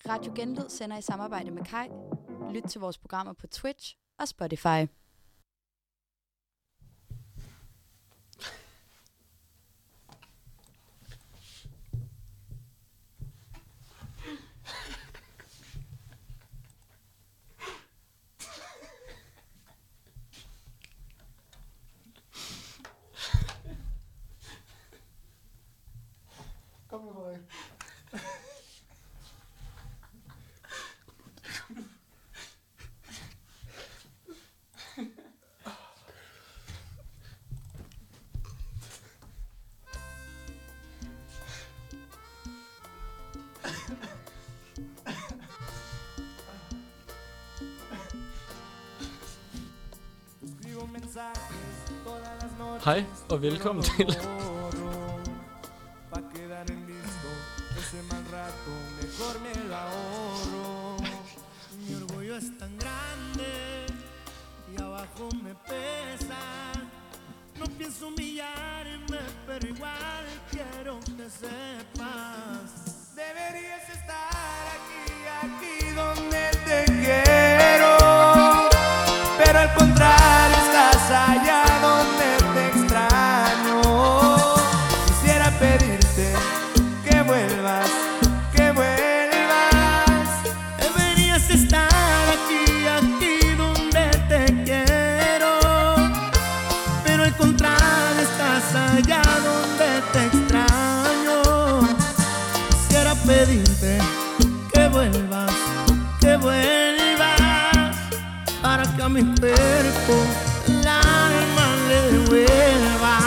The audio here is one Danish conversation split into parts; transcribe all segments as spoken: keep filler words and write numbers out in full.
Radio Genlyd sender i samarbejde med Kai. Lyt til vores programmer på Twitch og Spotify. Kom nu, Frederik. Hej og velkommen til. Mi orgullo es tan grande y abajo me pesa. No pienso humillarme, pero igual quiero que sepas. Deberías estar aquí, aquí donde te quiero, pero al contrario estás allá donde te extraño. Quisiera pedirte que vuelvas, que vuelvas. Deberías estar aquí, aquí donde te quiero, pero al contrario estás allá donde te extraño. Quisiera pedirte que vuelvas, que vuelvas, para que a mi cuerpo el alma le devuelva.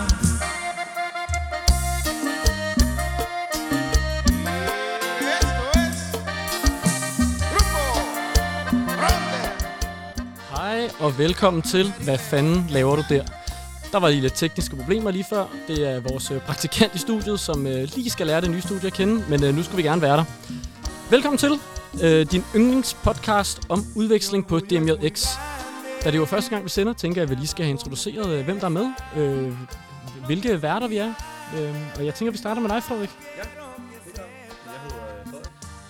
Hej og velkommen til. Hvad fanden laver du der? Der var lige lidt tekniske problemer lige før. Det er vores øh, praktikant i studiet, som øh, lige skal lære det nye studie at kende, men øh, nu skal vi gerne være der. Velkommen til øh, din yndlingspodcast om udveksling på D M J X. Da det var første gang, vi sender, tænker jeg, at vi lige skal have introduceret, øh, hvem der er med, øh, hvilke værter vi er. Øh, og jeg tænker, at vi starter med dig, Frederik. Ja, det gør jeg. Jeg hedder Frederik.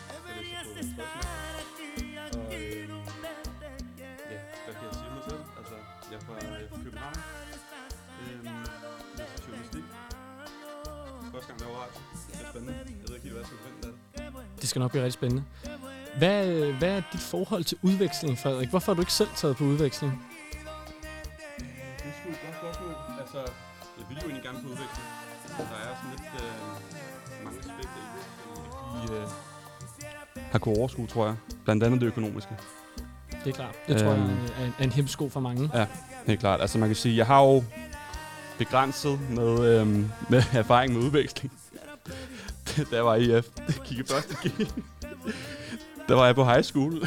Jeg læser på Frederik. Og øh, ja, hvad kan jeg sige mig selv? Altså, jeg er fra øh, København. Øhm, læser journalistik. Første gang, der var ret. Det er spændende. Jeg ved ikke helt, hvad jeg skal forvente af det. Det skal nok blive rigtig spændende. Hvad, øh, hvad er dit forhold til udveksling, Frederik? Hvorfor har du ikke selv taget på udveksling? Det er sgu et godt spørgsmål. Altså, jeg vil jo egentlig gerne på udveksling. Der er sådan lidt øh, mange aspekter i det, som jeg øh, har kunnet overskue, tror jeg. Blandt andet det økonomiske. Det er klart. Det tror Øhm. jeg er en, er en hemsko for mange. Ja, helt klart. Altså man kan sige, jeg har jo begrænset med, øhm, med erfaring med udveksling. Da jeg var i I F, det gik i første G. Der var jeg på high school.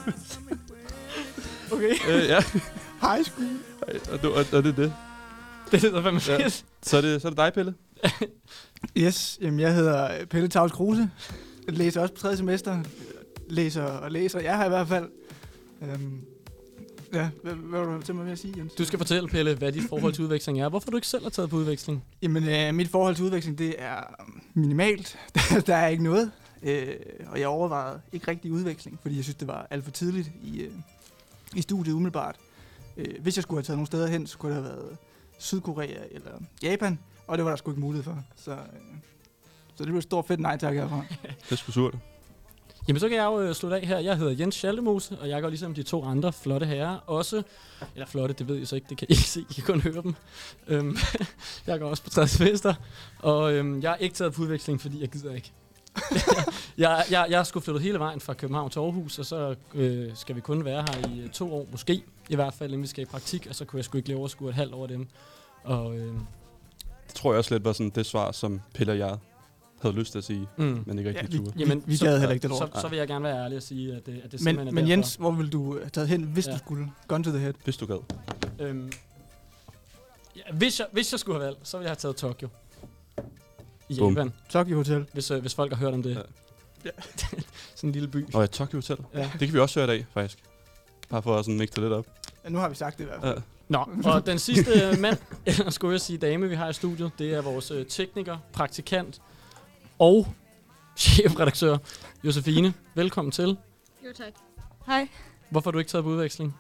Okay. øh, ja, High school. og det, og, og det er det. Det lyder fandme Ja. fedt. Så er det, så er det dig, Pelle. Yes, jamen jeg hedder Pelle Tavs Kruse. Jeg læser også på tredje semester. Læser og læser. Jeg har i hvert fald. Øhm, ja, hvad, hvad var du til mig ved at sige, Jens? Du skal fortælle, Pelle, hvad dit forhold til udveksling er. Hvorfor du ikke selv har taget på udveksling? Jamen, øh, mit forhold til udveksling, det er minimalt. Der er ikke noget. Øh, og jeg overvejede ikke rigtig udveksling, fordi jeg synes, det var alt for tidligt i, øh, i studiet umiddelbart. Øh, hvis jeg skulle have taget nogle steder hen, så kunne det have været Sydkorea eller Japan, og det var der sgu ikke mulighed for. Så, øh, så det blev et stort fedt nej tak herfra. Det er sgu surt. Jamen, så kan jeg jo øh, slutte af her. Jeg hedder Jens Schaldemose, og jeg går ligesom de to andre flotte herrer også. Eller flotte, det ved jeg så ikke. Det kan I ikke se. I kan kun høre dem. Øhm, jeg går også på tredje semester, og øhm, jeg har ikke taget på udveksling, fordi jeg gider ikke. jeg, jeg, jeg har sgu flyttet hele vejen fra København til Aarhus, og så øh, skal vi kun være her i øh, to år, måske. I hvert fald, inden vi skal i praktik, og så kunne jeg sgu ikke lige overskue et halvt over dem. Og, øh, Det tror jeg også lidt var sådan det svar, som Pelle og jeg havde lyst til at sige, mm. men ikke Ja, rigtig vi, turde. Jamen, vi så- gad heller ikke det så, lort. så vil jeg gerne være ærlig og sige, at det, at det Men, simpelthen er men derfor. Jens, hvor ville du have taget hen, hvis Ja. du skulle? Gun to the head. Hvis du gad. Øhm, ja, hvis, jeg, hvis jeg skulle have valgt, så ville jeg have taget Tokyo. I Bum. Japan, Tokyo Hotel. hvis, øh, hvis folk har hørt om det. Ja. Ja. Sådan en lille by. Og ja, Tokyo Hotel. Ja. Det kan vi også høre i dag, faktisk. Bare for at sådan mixe det lidt op. Ja, nu har vi sagt det i hvert fald. Ja. Nå, og den sidste mand, eller skulle jeg sige dame, vi har i studiet, det er vores øh, tekniker, praktikant og chefredaktør Josefine. Velkommen til. Jo, tak. Hej. Hvorfor har du ikke taget på udveksling?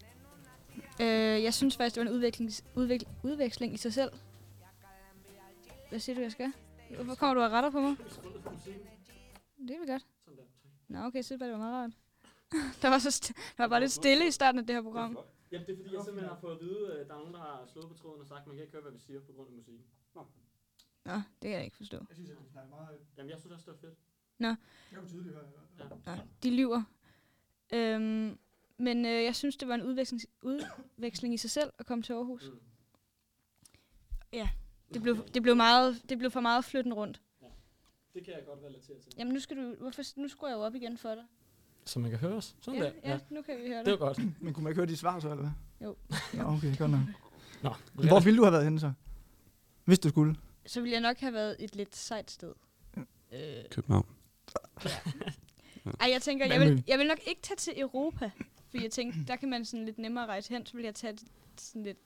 Øh, jeg synes faktisk, det var en udveksling, udvik, udveksling i sig selv. Hvad siger du, jeg skal? Hvorfor kommer du og retter på mig? Det er vel godt. Nå, okay, så det var meget rart. der, var så st- der var bare lidt stille i starten af det her program. Jamen, det er fordi, jeg simpelthen har fået at vide, at der er nogen, der har slået på tråden og sagt, at man kan ikke høre, hvad vi siger på grund af musikken. Nå, det kan jeg ikke forstå. Jeg synes, at vi snakker meget... Jamen, jeg synes også, det var fedt. Nå. Jeg kunne tydeligt høre det. Nå, de lyver. Øhm, men øh, jeg synes, det var en udveksling, udveksling i sig selv at komme til Aarhus. Mm. Ja, det blev, det blev, meget, det blev for meget flytten rundt. Ja. Det kan jeg godt relatere til. Jamen, nu, skal du, hvorfor, nu skruer jeg jo op igen for dig. Så man kan høre os. Sådan Ja, der. ja, nu kan vi høre Det dig. var godt. Men kunne man ikke høre de svar så, eller hvad? Jo. Nå, okay, godt nok. Nå, Hvor ville du have været henne så? Hvis du skulle. Så ville jeg nok have været et lidt sejt sted. Øh, København. ej, jeg tænker, jeg vil, jeg vil nok ikke tage til Europa. Fordi jeg tænkte, der kan man sådan lidt nemmere rejse hen. Så vil jeg tage et, sådan lidt...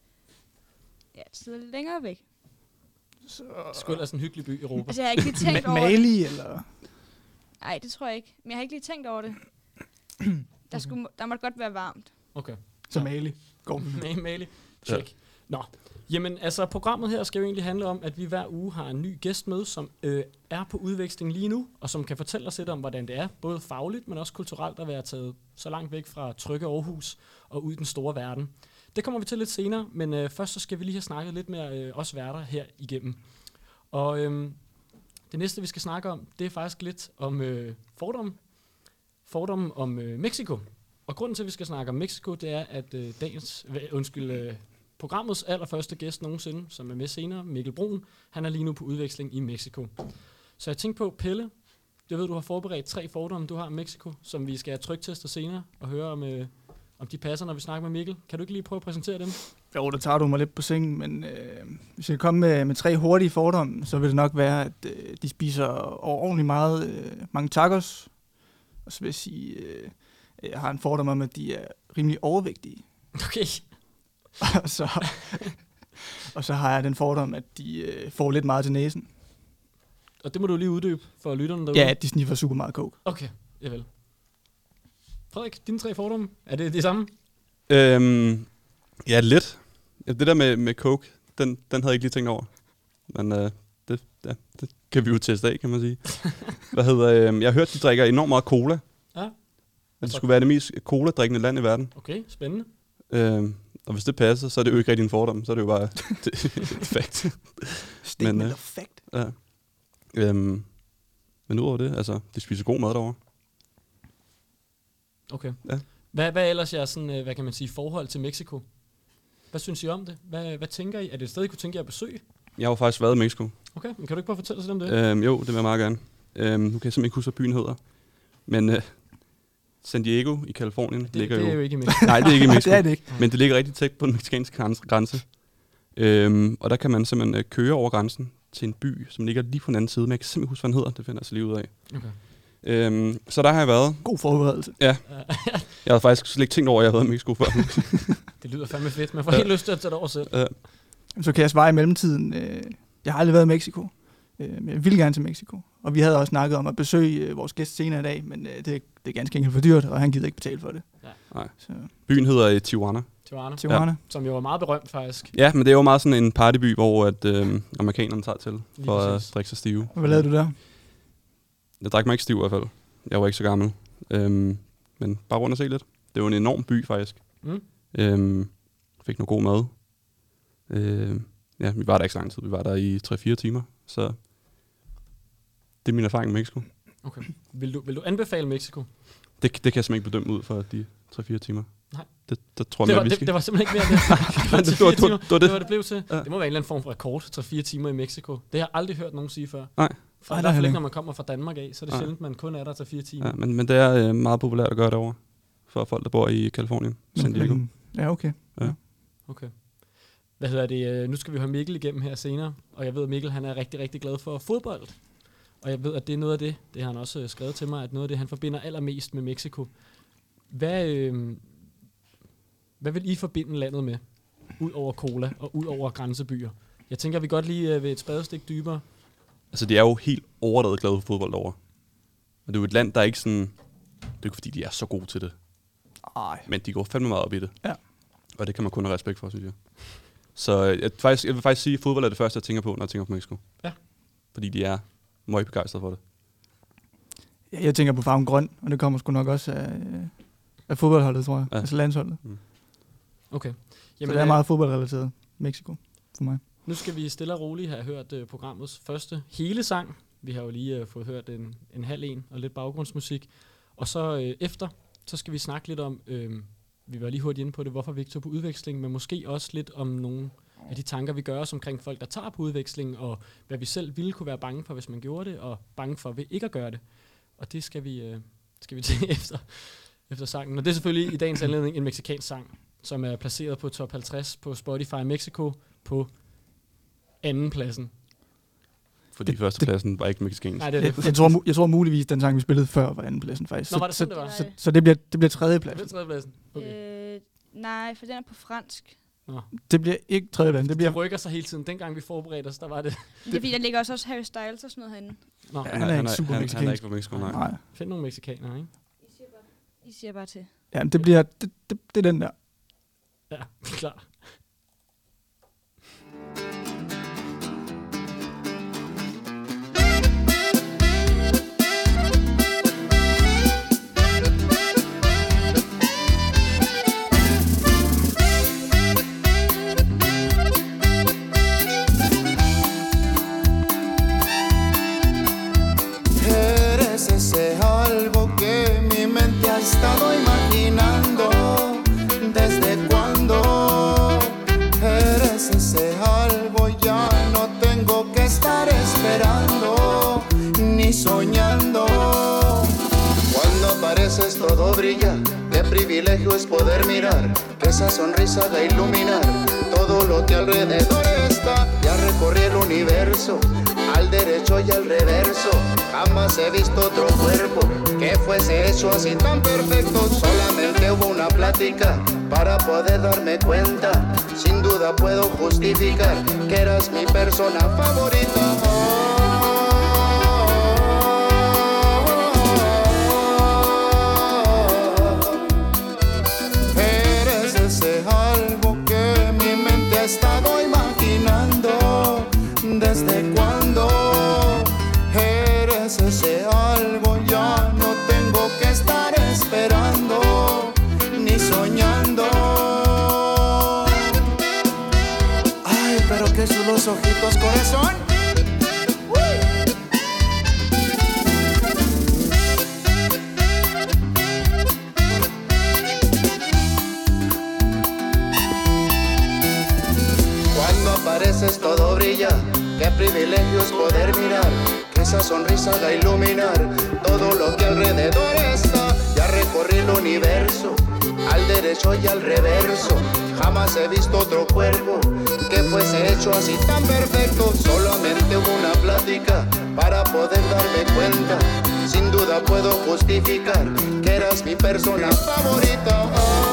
Ja, et sted lidt længere væk. Så... Sgu ellers en hyggelig by i Europa. Altså, jeg har ikke lige tænkt Ma- over det. Mali, eller... Nej, det tror jeg ikke. Men jeg har ikke lige tænkt over det. Der, skulle, der måtte godt være varmt. Okay. Så Mali. Går Nej, Mali. Check. Ja. Nå. Jamen, altså, programmet her skal jo egentlig handle om, at vi hver uge har en ny gæst med, som øh, er på udveksling lige nu, og som kan fortælle os lidt om, hvordan det er, både fagligt, men også kulturelt at være taget så langt væk fra trygge Aarhus og ud i den store verden. Det kommer vi til lidt senere, men øh, først så skal vi lige have snakket lidt mere øh, os værter her igennem. Og øh, det næste, vi skal snakke om, det er faktisk lidt om øh, fordomme. Fordomme om øh, Mexico. Og grunden til, at vi skal snakke om Mexico, det er, at øh, dagens, øh, undskyld, øh, programmets allerførste gæst nogensinde, som er med senere, Mikkel Brun, han er lige nu på udveksling i Mexico. Så jeg tænkte på, Pelle, jeg ved, du har forberedt tre fordomme, du har om Mexico, som vi skal have tryktester senere og høre om, øh, om de passer, når vi snakker med Mikkel. Kan du ikke lige prøve at præsentere dem? Jo, der tager du mig lidt på sengen, men øh, hvis jeg kommer med, med tre hurtige fordomme, så vil det nok være, at øh, de spiser ordentligt meget, øh, mange tacos. Og så vil jeg sige, øh, jeg har en fordom om, at de er rimelig overvægtige. Okay. og, så, og så har jeg den fordom, at de øh, får lidt meget til næsen. Og det må du lige uddybe for lytterne derude. Ja, de sniffer super meget coke. Okay, javel. Frederik, dine tre fordomme, er det de samme? Øhm, ja, lidt. Ja, det der med, med coke, den, den havde jeg ikke lige tænkt over. Men øh, det, ja, det kan vi jo teste af, kan man sige. Hvad hedder, øh, jeg har hørt, de drikker enormt meget cola. Ja. At det skulle være det mest cola-drikkende land i verden. Okay, spændende. Øhm, og hvis det passer, så er det jo ikke rigtig en fordom, så er det jo bare et fact. Statement Men, øh, of fact. Ja. Øhm, men udover det, altså, de spiser god mad derovre. Okay. Ja. Hvad, hvad er ellers jeres sådan, øh, hvad kan man sige, forhold til Mexico? Hvad synes I om det? Hvad, hvad tænker I? Er det et sted, I kunne tænke jer at besøge? Jeg har jo faktisk været i Mexico. Okay, men kan du ikke bare fortælle os lidt om det? Øhm, jo, det vil jeg meget gerne. Øhm, nu kan jeg simpelthen ikke huske, hvad byen hedder. Men øh, San Diego i Californien det, ligger det er jo... jo ikke i Mexico. Nej, det er ikke i Mexico. det er det ikke. Men det ligger rigtig tæt på den mexicanske grænse- grænse. Øhm, og der kan man simpelthen øh, køre over grænsen til en by, som ligger lige på den anden side. Men jeg kan simpelthen huske, hvad den hedder. Det finder jeg så lige ud af. Okay. Øhm, så der har jeg været. God forberedelse. Ja. Jeg havde faktisk slet ikke tænkt over, at jeg havde været i Mexico før. Det lyder fandme fedt. Man får helt lyst til at tage det over selv. øh, Så kan jeg svare i mellemtiden. Øh, jeg har aldrig været i Mexico. Øh, men jeg vil gerne til Mexico. Og vi havde også snakket om at besøge øh, vores gæst senere i dag, men øh, det, det er ganske enkelt for dyrt, og han gider ikke betale for det. Ja. Nej. Så, Byen hedder øh, Tijuana. Tijuana. Tijuana. Ja. Som jo er meget berømt, faktisk. Ja, men det er jo meget sådan en partyby, hvor at, øh, amerikanerne tager til Lige for at præcis. drikke sig stive. Og hvad lavede du der? Jeg drak mig ikke stiv i hvert fald. Jeg var ikke så gammel. Øhm, men bare rundt og se lidt. Det var en enorm by, faktisk. Mm. Øhm, fik noget god mad. Øhm, ja, vi var der ikke så lang tid. Vi var der i tre fire timer. Så det er min erfaring med Mexico. Okay. Vil du, vil du anbefale Mexico? Det, det kan jeg simpelthen ikke bedømme ud for de tre fire timer. Nej. Det, det tror jeg Det mere, var, vi det, skal. det var simpelthen ikke mere det. Det var, det, tre, var, fire det, var, timer. det var det. Det var det blev til. Ja. Det må være en eller anden form for rekord. tre fire timer i Mexico. Det har jeg aldrig hørt nogen sige før. Nej. For Nej, i der er hvert fald heller ikke, når man kommer fra Danmark af, så er det Nej. sjældent, man kun er der til fire timer. Ja, men, men det er øh, meget populært at gøre derovre. For folk, der bor i Californien. San Diego. Men, ja, okay. Okay. Hvad hedder det? Nu skal vi høre Mikkel igennem her senere, og jeg ved, at Mikkel han er rigtig, rigtig glad for fodbold. Og jeg ved, at det er noget af det, det har han også skrevet til mig, at noget af det, han forbinder allermest med Mexico. Hvad, øh, hvad vil I forbinde landet med? Ud over cola og ud over grænsebyer. Jeg tænker, vi godt lige øh, ved et spadestik dybere. Altså, de er jo helt overdrevet glade for fodbold derovre. Og det er jo et land, der er ikke sådan... Det er ikke fordi, de er så gode til det. Ej. Men de går fandme meget op i det. Ja. Og det kan man kun have respekt for, synes jeg. Så jeg, faktisk, jeg vil faktisk sige, at fodbold er det første, jeg tænker på, når jeg tænker på Mexico. Ja. Fordi de er meget begejstrede for det. Ja, jeg tænker på farven grøn, og det kommer sgu nok også af, af fodboldholdet, tror jeg. Ja. Altså landsholdet. Mm. Okay. Jamen, så det er meget fodboldrelateret, Mexico, for mig. Nu skal vi stille og roligt have hørt uh, programmets første hele sang. Vi har jo lige uh, fået hørt en, en halv en og lidt baggrundsmusik. Og så uh, efter, så skal vi snakke lidt om, uh, vi var lige hurtigt inde på det, hvorfor vi ikke tog på udveksling, men måske også lidt om nogle af de tanker, vi gør os omkring folk, der tager på udveksling, og hvad vi selv ville kunne være bange for, hvis man gjorde det, og bange for ved ikke at gøre det. Og det skal vi, uh, skal vi til efter, efter sangen. Og det er selvfølgelig i dagens anledning en mexicansk sang, som er placeret på top halvtreds på Spotify Mexico på anden pladsen. Fordi Det- førstepladsen var ikke mexicansk. Nej, det er Jeg, det. jeg, tror, mu- jeg tror muligvis, den sang, vi spillede før, var anden pladsen faktisk. Nå, var det så, sådan, det var? så, så, så det bliver, det bliver tredje plads. Det er tredje pladsen. Okay. Øh, nej, for den er på fransk. Det bliver ikke tredje plads. Det Det bliver... rykker sig hele tiden. Dengang vi forberedte os, der var det... Det er fordi, der ligger også, også Harry Styles og sådan noget herinde. Nå, Ja, Han han er ikke han super han, han er mexicansk. ikke fra Mexico, nej. Nej. find nogle mexikanere, ikke? I siger bare til. Ja, men det bliver... Det, det, det er den der. Ja, klar. Eres ese algo que mi mente ha estado imaginando. ¿Desde cuándo? Eres ese algo, ya no tengo que estar esperando ni soñando. Cuando apareces todo brilla, qué privilegio es poder mirar, que esa sonrisa haga iluminar todo lo que alrededor está. Ya recorrí el universo, al derecho y al reverso, jamás he visto otro cuerpo que fuese hecho así tan perfecto. Solamente hubo una plática para poder darme cuenta, sin duda puedo justificar que eras mi persona favorita. Eres ese algo que mi mente ha estado imaginando. ¿Desde cuándo? Eres ese algo, ya no tengo que estar esperando ni soñando. Ay, pero qué chulos ojitos, corazón. Cuando apareces todo brilla, qué privilegio es poder mirar, que esa sonrisa haga iluminar todo lo que alrededor está. Ya recorrí el universo, al derecho y al reverso, jamás he visto otro cuerpo que fuese hecho así tan perfecto. Solamente hubo una plática para poder darme cuenta, sin duda puedo justificar que eras mi persona favorita.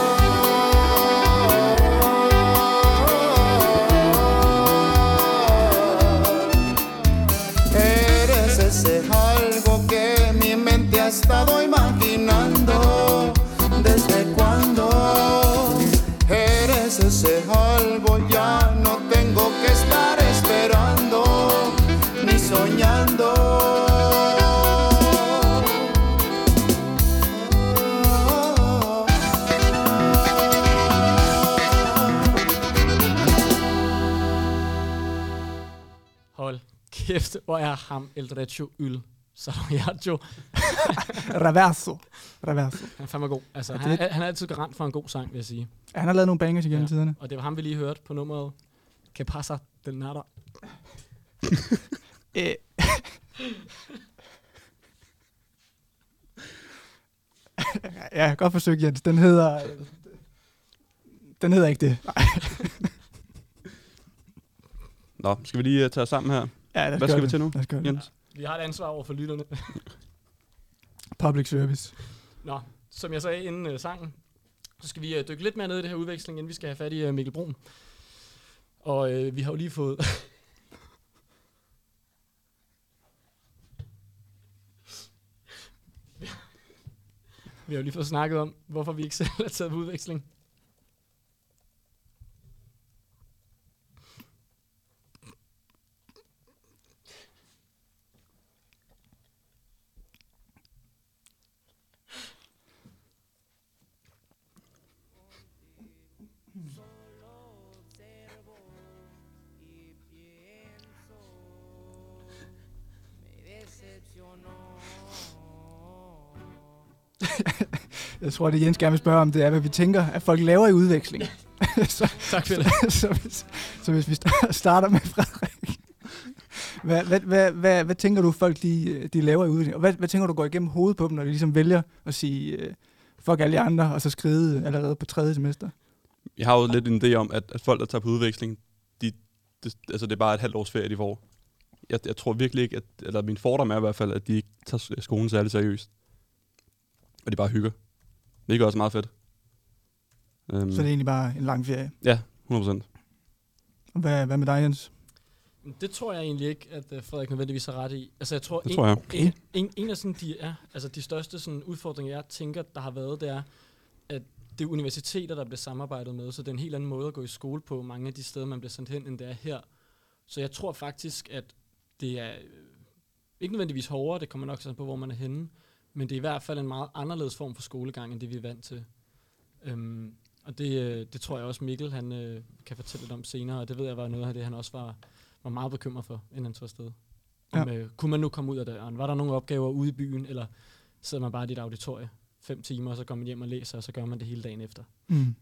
Eres ese algo que mi mente ha estado imaginando. ¿Desde cuándo? Eres ese algo, ya no tengo que estar esperando ni soñando. Hold kæft, hvor er ham El Derecho Yl Salariajo. Reverso. Reverso. Han er fandme god. Altså, Ja, han, det- er, han er altid garant for en god sang, vil jeg sige. Ja, han har lavet nogle bangers igennem Ja. tiderne. Og det var ham, vi lige hørte på nummeret Que pasa del nada. Øh. Ja, godt forsøg, Jens. Den hedder... Den hedder ikke det. Nej. Nå, skal vi lige uh, tage os sammen her? Ja, lad os Hvad gøre skal vi det. til nu, Lad os gøre det. Jens? Vi har et ansvar over for lytterne. Public service. Nå, som jeg sagde inden uh, sangen, så skal vi uh, dykke lidt mere ned i det her udveksling, inden vi skal have fat i uh, Mikkel Brun. Og uh, vi har jo lige fået... Vi har jo lige fået snakket om, hvorfor vi ikke selv har taget på udveksling. Jeg tror, det Jens gerne vil spørge om, det er, hvad vi tænker, at folk laver i udveksling. så, Tak for det. så, så, hvis, så hvis vi starter med Frederik. Hvad, hvad, hvad, hvad, hvad tænker du, folk de, de laver i udveksling? Og hvad, hvad tænker du går igennem hovedet på dem, når de ligesom vælger at sige, uh, fuck alle de andre, og så skride allerede på tredje semester? Jeg har jo lidt en idé om, at, at folk, der tager på udveksling, de, det, altså det er bare et halvt års ferie, de får. Jeg, jeg tror virkelig ikke, at, eller min fordom er i hvert fald, at de ikke tager skolen særlig seriøst. Og de bare hygger. Det gør også meget fedt. Um, Så det er egentlig bare en lang ferie. Ja, hundrede procent. Og hvad, hvad med dig, Jens? Det tror jeg egentlig ikke, at uh, Frederik nødvendigvis har ret i. Altså, jeg tror, Det en, tror jeg. En, en, en af sådan, de, er, altså, de største sådan, udfordringer, jeg tænker, der har været, det er, at det er universiteter, der bliver samarbejdet med, så det er en helt anden måde at gå i skole på mange af de steder, man bliver sendt hen, end det er her. Så jeg tror faktisk, at det er øh, ikke nødvendigvis hårdere, det kommer nok sådan på, hvor man er henne, men det er i hvert fald en meget anderledes form for skolegang, end det vi er vant til. Øhm, og det, øh, det tror jeg også Mikkel han, øh, kan fortælle lidt om senere, og det ved jeg var noget af det, han også var, var meget bekymret for, inden han tog afsted. Om, Ja. øh, kunne man nu komme ud af døren? Var der nogle opgaver ude i byen, eller sidder man bare i dit auditorie fem timer, og så går man hjem og læser, og så gør man det hele dagen efter? Mm.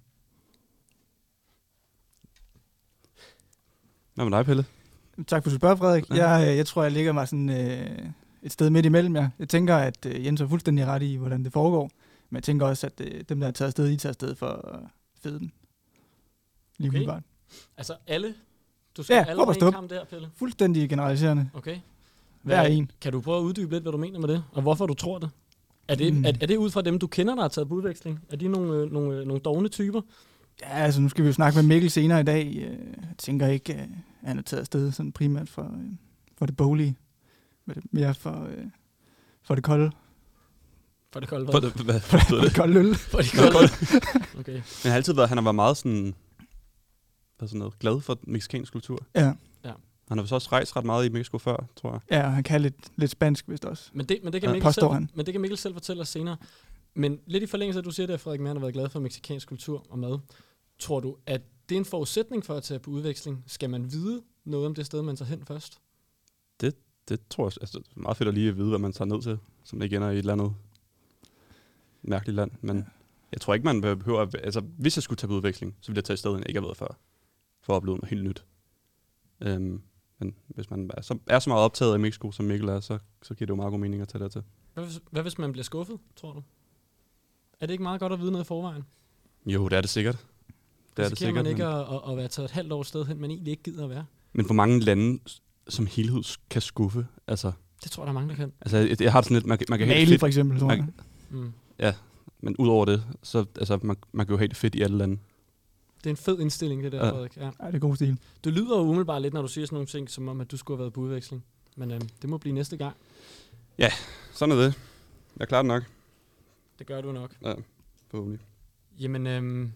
Hvad med dig, Pelle? Tak for at du spørger, Frederik. Ja. Jeg, øh, jeg tror, jeg ligger mig sådan øh, et sted midt imellem jer. Jeg tænker, at øh, Jens har fuldstændig ret i, hvordan det foregår. Men jeg tænker også, at øh, dem, der er taget afsted, de tager afsted for at fede den. Lige Okay. umiddelbart. Altså alle? Du skal Ja, alle op og med i stop. kamp der, Pelle? Fuldstændig generaliserende. Okay. Hver en. Kan du prøve at uddybe lidt, hvad du mener med det, og hvorfor du tror det? Er det, Mm. er, er det ud fra dem, du kender, der har taget på udveksling? Er de nogle, øh, nogle, øh, nogle dovne typer? Ja, altså nu skal vi jo snakke med Mikkel senere i dag. Øh, Jeg tænker ikke, at han er taget afsted sådan primært for, øh, for det boglige. Men det mere for, øh, for det kolde. For det kolde For hvad? det, hvad For betyder det det? kolde øl. For det kolde Okay. Men han har altid været, han har været meget sådan, hvad sådan noget, glad for mexicansk kultur. Ja. Han har vist også rejst ret meget i Mexico før, tror jeg. Ja, og han kan lidt, lidt spansk vist også. Men det, men, det kan Ja, Mikkel påstår selv, han. men det kan Mikkel selv fortælle os senere. Men lidt i forlængelse af, at du siger det, at Frederik Mann har været glad for mexicansk kultur og mad. Tror du, at det er en forudsætning for at tage på udveksling? Skal man vide noget om det sted, man tager hen først? Det tror jeg, altså, det er meget fedt at lige at vide, hvad man tager ned til, som ikke ender i et eller andet mærkeligt land. Men ja. Jeg tror ikke, man behøver, at, altså hvis jeg skulle tage på udveksling, så ville jeg tage et sted, jeg ikke har været før, for at opleve noget helt nyt. Øhm, men hvis man er så, er så meget optaget af Mexico, som Mikkel er, så, så giver det jo meget god mening at tage det til. Hvad hvis, hvad hvis man bliver skuffet, tror du? Er det ikke meget godt at vide noget i forvejen? Jo, det er det sikkert. Det er det Risikerer sikkert. man ikke Men, at, at, at være taget et halvt år sted hen, man egentlig ikke gider at være? men hvor mange lande som helhed kan skuffe? Altså, Det tror jeg, der er mange, der kan. altså jeg, jeg har det sådan lidt, man, kan- man kan have det Mali fedt, for eksempel, tror jeg. man, Mm. men udover det, så altså, man, man kan jo have det fedt i alle lande. Det er en fed indstilling, det der, Ja. Frederik. Ja. Ja, det er god stil. Du lyder jo umiddelbart lidt, når du siger sådan nogle ting, som om, at du skulle have været på udveksling. Men øhm, det må blive næste gang. Sådan er det. Jeg klarer det nok. Det gør du nok. Ja, forhåbentlig. Jamen, øhm,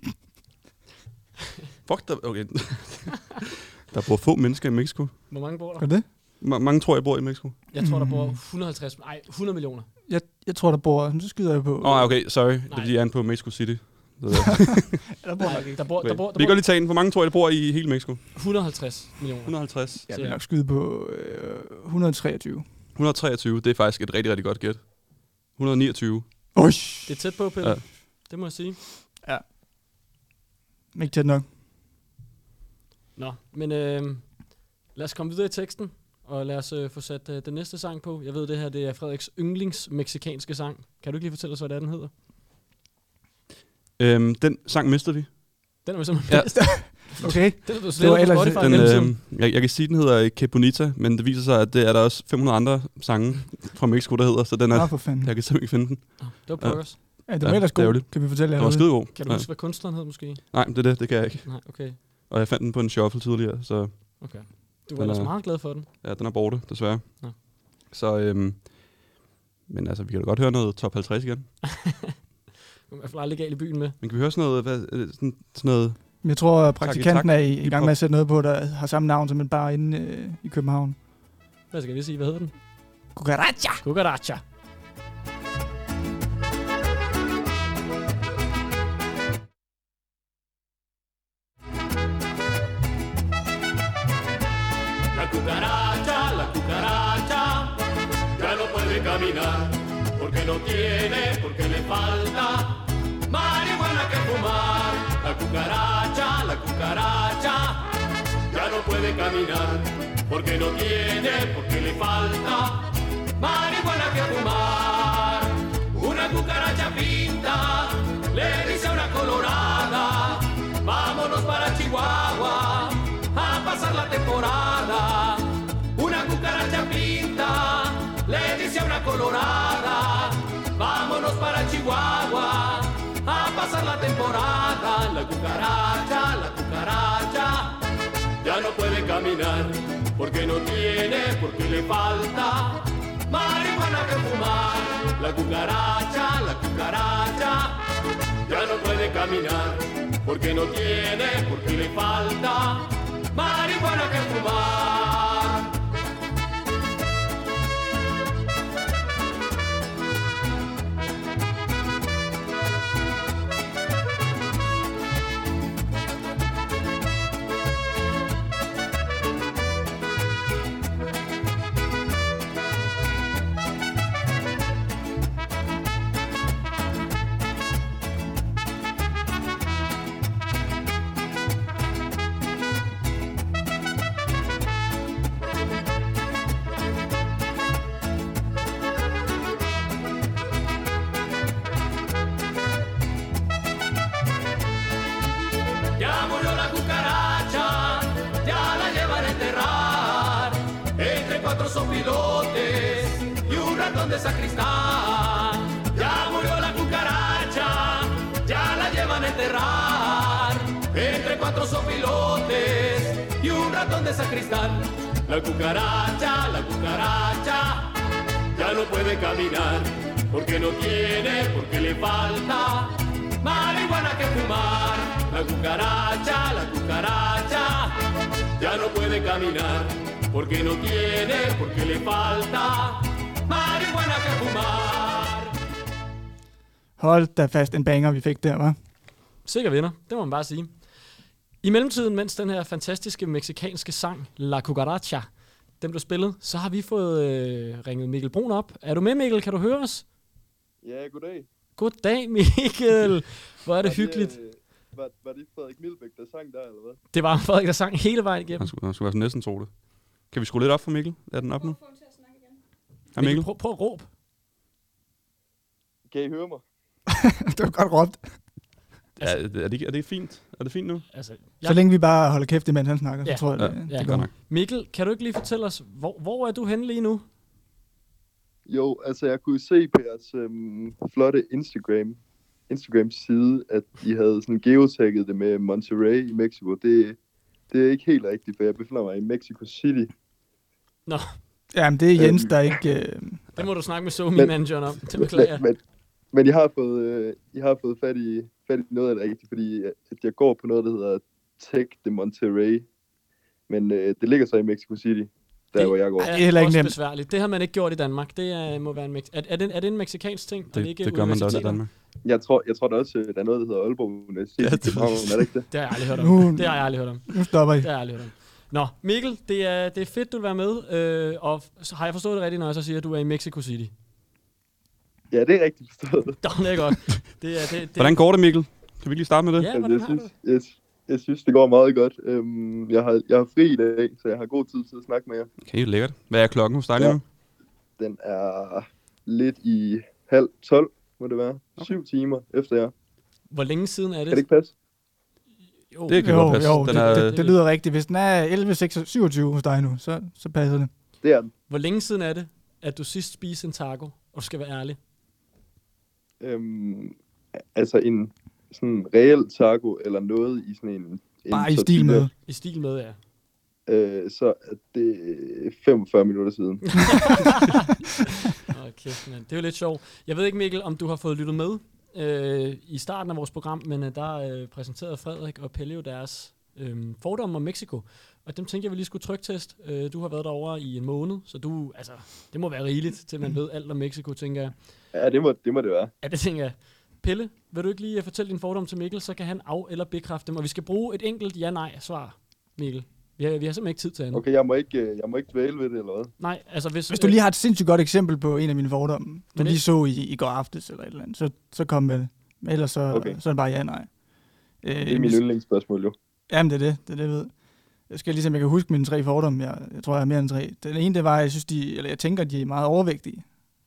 Fuck, der, okay. Der bor få mennesker i Mexico. hvor mange bor der? Gør det? Ma- mange tror, jeg bor i Mexico. Jeg tror, der bor Mm. et hundrede og halvtreds, nej, hundrede millioner. Jeg, jeg tror, der bor... Så skyder jeg på... Åh, oh, okay, sorry. Det er Nej. fordi, jeg er inde på Mexico City. Så, Der bor Nej, nok ikke. der bor, der bor, der vi kan bor godt lige tage en. Hvor mange tror jeg, der bor i hele Mexico? et hundrede og halvtreds millioner. et hundrede og halvtreds. Jeg vil nok skyde på øh, et hundrede og treogtyve. et hundrede og treogtyve, det er faktisk et rigtig, rigtig godt gæt. et hundrede og niogtyve. Oj! Det er tæt på, Pelle. Ja. Det må jeg sige. Ikke tæt nok. Nå, men øhm, lad os komme videre i teksten, og lad os øh, få sat øh, den næste sang på. Jeg ved, det her det er Frederiks yndlings mexikanske sang. Kan du ikke lige fortælle os, hvad det er, den hedder? Øhm, den sang mistede vi. Den er vi simpelthen Ja. bedst. Okay. Den er blevet Det var slettet på ellers- Spotify Den, gennem tiden. øhm, jeg, jeg kan sige, den hedder Que Bonita, men det viser sig, at det er der også fem hundrede andre sange fra Mexico, der hedder, så den er, Nå, for fanden. jeg kan simpelthen ikke finde den. Nå, det var pokkers. Ja, det var Ja, ellers det er god, ærgerligt. kan vi fortælle jer. Den var derude. skidegod. Kan du Ja. huske, hvad kunstneren hed måske? Nej, det er det, det kan jeg ikke. Nej, okay. Og jeg fandt den på en shuffle tidligere, så okay. Du var Den ellers er- meget glad for den. ja, den er borte, desværre. Nå. Så, øhm, men altså, vi kan da godt høre noget top halvtreds igen. i hvert fald aldrig galt i byen med. Men kan vi høre sådan noget, hvad, sådan, sådan noget... Jeg tror, at praktikanten er i, i gang Hip-hop. med at sætte noget på, der har samme navn som en bar inde øh, i København. Hvad skal vi sige? Hvad hedder den? Cucaracha! Cucaracha. La cucaracha, la cucaracha, ya no puede caminar, porque no tiene, porque le falta marihuana que fumar. La cucaracha, la cucaracha, ya no puede caminar, porque no tiene, porque le falta marihuana que fumar. Una cucaracha pinta, le dice a una colorada, vámonos para Chihuahua a pasar la temporada. Una cucaracha pinta, le dice a una colorada, vámonos para Chihuahua a pasar la temporada. La cucaracha, la cucaracha, ya no puede caminar, porque no tiene, porque le falta marihuana que fumar. La cucaracha, la cucaracha, ya no puede caminar, porque no tiene, porque le falta marihuana que fumar. Ya murió la cucaracha, ya la llevan a enterrar, entre cuatro sopilotes y un ratón de sacristán. Ya murió la cucaracha, ya la llevan a enterrar, entre cuatro sopilotes y un ratón de sacristán. La cucaracha, la cucaracha, ya no puede caminar, porque no tiene, porque le falta marihuana que fumar. La cucaracha, la cucaracha, ya no puede caminar, porque no tiene, porque le falta marihuana que fumar. Hold da fast, en banger, vi fik der, hva'? Sikker vinder, det må man bare sige. I mellemtiden, mens den her fantastiske meksikanske sang, La Cucaracha, den blev spillet, så har vi fået øh, ringet Mikkel Brun op. Er du med, Mikkel? Kan du høre os? Ja, goddag. Goddag, Mikkel. Hvor er det Var hyggeligt. øh, Var, var det Frederik Milbæk, der sang der, eller hvad? Det var Frederik, der sang hele vejen igennem. Han skulle, han skulle altså næsten tro det. Kan vi skrue lidt op for Mikkel? Er den op nu? Ja, Mikkel, Mikkel? prøv, prøv at råbe. Kan I høre mig? Det var godt råbt. Ja, er, det, er, det, er det fint? Er det fint nu? Altså, Så længe vi bare holder kæft, imens han snakker, Ja. så tror jeg, Ja, det, ja, det godt går. nok. Mikkel, kan du ikke lige fortælle os, hvor, hvor er du henne lige nu? Jo, altså jeg kunne se på jeres øhm, flotte Instagram, Instagram side, at I havde sådan geotagget det med Monterrey i Mexico. Det, det er ikke helt rigtigt, for jeg befinder mig i Mexico City. Nå, Jamen, det er Jens, der ikke... Øh, det må du snakke med somi Men- manageren om. Det beklager jeg. Men, men, men I har fået, øh, I har fået fat, i, fat i noget af det rigtigt, fordi at jeg går på noget, der hedder Tech de Monterrey. Men øh, det ligger så i Mexico City, der Det hvor jeg går. det er heller ikke også nemt. besværligt. Det har man ikke gjort i Danmark. Det er, må være en Mex- er, er, det, er det en meksikansk ting? og Det, ikke det gør man da også i universiteter? Danmark. Jeg tror, jeg tror da også, der er noget, der hedder Aalborg Universitet Ja, i det- København, er det ikke det? Det har jeg aldrig hørt om. Nu- Det har jeg aldrig hørt om. nu stopper I. Det har jeg aldrig hørt om. Nå, Mikkel, det er, det er fedt, du vil være med. Øh, og så har jeg forstået det rigtigt, når jeg så siger, at du er i Mexico City? Ja, det er rigtigt forstået. Nå, det er godt. Det er, det, det, Hvordan går det, Mikkel? Kan vi ikke lige starte med det? Ja, Altså, hvordan jeg, har du synes, jeg, jeg synes, det går meget godt. Øhm, jeg, har, jeg har fri i dag, så jeg har god tid til at snakke med jer. Okay, lækkert. Hvad er klokken hos dig lige Ja. nu? Den er lidt i halv tolv, må det være. Okay. Syv timer efter jer. Hvor længe siden er det? Kan det ikke passe? Jo, Det kan Jo, godt passe. jo, Den det, er, det, det lyder rigtigt. Hvis den er elleve syvogtyve hos dig nu, så, så passer det. Det er den. Hvor længe siden er det, at du sidst spiste en taco? Og du skal være ærlig. Øhm, altså en sådan reel taco, eller noget i sådan en... en Bare i tortilla, stil med. I stil med, ja. Øh, så er det femogfyrre minutter siden. Åh, kæft, mand. Det er jo lidt sjovt. Jeg ved ikke, Mikkel, om du har fået lyttet med øh, i starten af vores program, men øh, der øh, præsenterede Frederik og Pelle jo deres øh, fordomme om Mexico. Og dem tænkte jeg, vi lige skulle trykteste. Øh, du har været derovre i en måned, så du, altså, det må være rigeligt, til man ved alt om Mexico, tænker jeg. Ja, det må det, må det være. Ja, det tænker jeg. Pelle, vil du ikke lige fortælle din fordom til Mikkel, så kan han af- eller bekræfte dem. Og vi skal bruge et enkelt ja-nej-svar, Mikkel. Vi har, vi har simpelthen ikke tid til andet. Okay, jeg må ikke, jeg må ikke dvæle ved det, eller hvad? Nej, altså hvis... Hvis du lige har et sindssygt godt eksempel på en af mine fordomme, du det- lige så i, i går aftes eller et eller andet, så, så kom med det. Men ellers så, Okay. så er det bare ja-nej. Øh, Det er min yndlingsspørgsmål, jo. Jamen, det er det. Det er det, jeg ved. Jeg skal ligesom, jeg kan huske mine tre fordomme. Jeg, jeg tror, jeg har mere end tre. Den ene, det var, jeg synes, de, eller jeg tænker, de er meget overvægtige.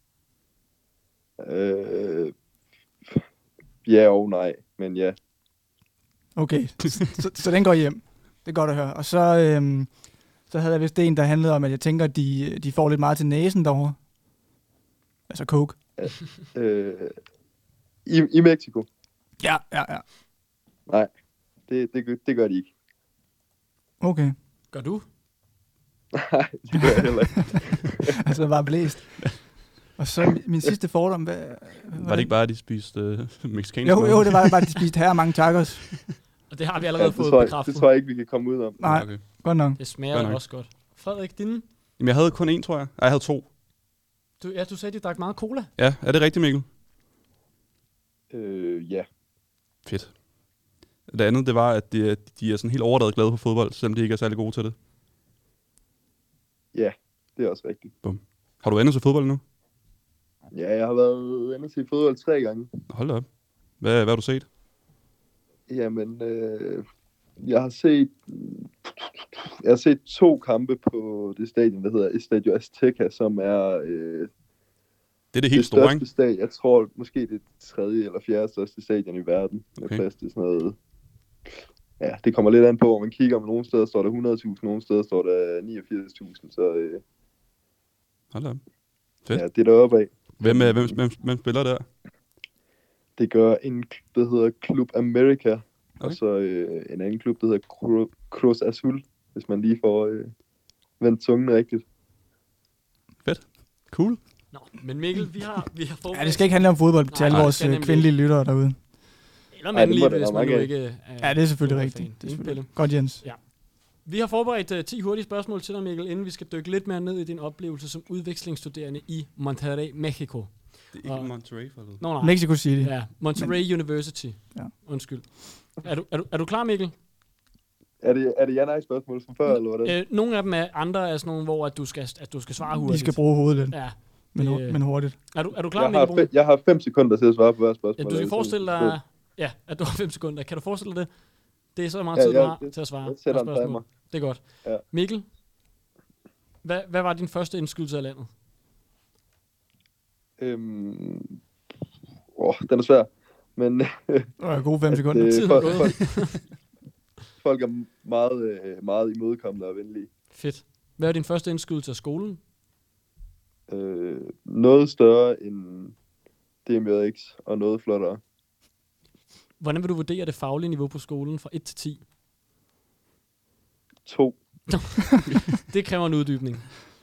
Øh, ja og nej, men ja. Okay, så, så den går hjem. Det er godt at høre. Og så, øhm, så havde jeg vist en, der handlede om, at jeg tænker, at de, de får lidt meget til næsen derovre. Altså coke. Øh, i, I Mexico? Ja, ja, ja. Nej, det, det, gør- det gør de ikke. Okay. Gør du? Nej, det gør jeg heller ikke. Altså, bare blæst. Og så min, min sidste fordom, hvad, hvad Var det ikke bare, at de spiste øh, mexicansk Jo, mad? jo, det var bare, at de spiste her mange tacos. Og det har vi Ja, allerede det, fået tror jeg, bekræftet. det tror jeg ikke, vi kan komme ud om. Nej, Okay. godt nok. Det smager Godt nok. også godt. Frederik, din? Jamen, jeg havde kun én, tror jeg. Ej, jeg havde to. Du, ja, du sagde, de drak meget cola. Ja, er det rigtigt, Mikkel? Øh, ja. Fedt. Det andet, det var, at de, de er sådan helt overdrevet glade på fodbold, selvom de ikke er særlig gode til det. Ja, det er også rigtigt. Har du været inde til fodbold nu? Ja, jeg har været inde til fodbold tre gange. Hold da op. Hvad, hvad har du set? Jamen, øh, jeg har set jeg har set to kampe på det stadion, der hedder Estadio Azteca, som er øh, Det er det det helt store, største ikke? stadion. Jeg tror måske det er det tredje eller fjerde største stadion i verden. Med Okay. plads til sådan noget. Ja, det kommer lidt an på, hvor man kigger, men nogle steder står der hundrede tusind, nogle steder står der niogfirs tusind, så øh, Hold da op. Fedt. ja, det er deroppe af. Hvem, er- hvem, hvem, hvem spiller der? Det gør en, der hedder Club America, okay. Okay. Og så øh, en anden klub, der hedder Cru- Cruz Azul, hvis man lige får øh, vendt tungen rigtigt. Cool. Nå, men Mikkel, vi har, vi har forberedt... Ja, det skal ikke handle om fodbold til Nej, alle nej, vores det skal øh, nemlig kvindelige lyttere derude. Eller Ej, det må mandlige, der hvis være man mange nu af. ikke er Ja, det er selvfølgelig fodboldfan. rigtigt. Det er Ikke, selvfølgelig. Pelle? Godt, Jens. Vi har forberedt uh, ti hurtige spørgsmål til dig, Mikkel, inden vi skal dykke lidt mere ned i din oplevelse som udvekslingsstuderende i Monterrey, Mexico. Det er Og- ikke Monterrey for det. Nå, nej. Mexico City. Ja, Monterrey University. Ja. Undskyld. Er du, er, du, er du klar, Mikkel? Er det, er det ja-nej-spørgsmål som før, eller hvordan? Øh, nogle af dem er andre er sådan nogle, hvor at du skal, at du skal svare hurtigt. Vi skal bruge hovedet lidt, Ja. men, det- hu- men hurtigt. Er du, er du klar, Jeg Mikkel? har, Brun? fe- jeg har fem sekunder til at svare på hver spørgsmål. Ja, du skal altså. forestille dig, ja, at du har fem sekunder. Kan du forestille dig det? Det er så meget Ja, tid, du ja, har det- til at svare Jeg på sætter en timer. spørgsmål. Det er godt. Ja. Mikkel, hvad, hvad var din første indskydelse af landet? Øhm, åh, den er svær. Men Det var gode fem sekunder. øh, Tiden er folk, gået. folk, folk er meget, øh, meget imødekommende og venlige. Fedt. Hvad var din første indskydelse af skolen? Øh, noget større end D M J X, og noget flottere. Hvordan vil du vurdere det faglige niveau på skolen fra et til ti? To. Det kræver en uddybning.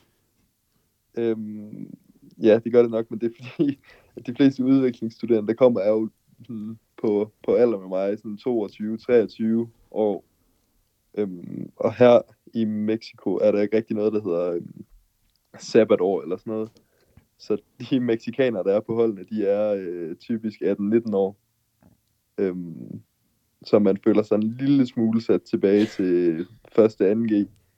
Øhm, ja, det gør det nok, men det er fordi, at de fleste udviklingsstuderende, der kommer, er jo sådan, på, på alder med mig, sådan toogtyve til treogtyve år. Øhm, og her i Mexico er der ikke rigtig noget, der hedder øhm, sabbatår eller sådan noget. Så de mexikanere, der er på holdene, de er øh, typisk atten nitten år. Øhm, så man føler sig en lille smule sat tilbage til første anden G.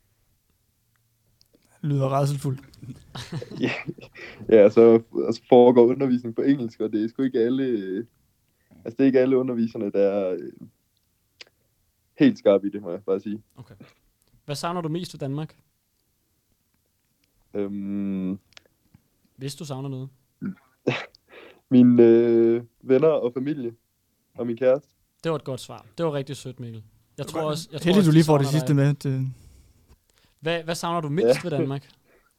Det lyder rædselsfuldt. Ja, ja, så altså foregår undervisning på engelsk, og det er sgu ikke alle, øh, altså det er ikke alle underviserne, der er øh, helt skarpe i det, må jeg bare sige. Okay. Hvad savner du mest ved Danmark? Øhm, Hvis du savner noget. mine øh, venner og familie, og min kæreste. Det var et godt svar. Det var rigtig sødt, Mikkel. Jeg tror også, jeg tror Heldig, også, du de lige får det savner sidste dig. med. Til... Hvad, hvad savner du mindst Ja. ved Danmark?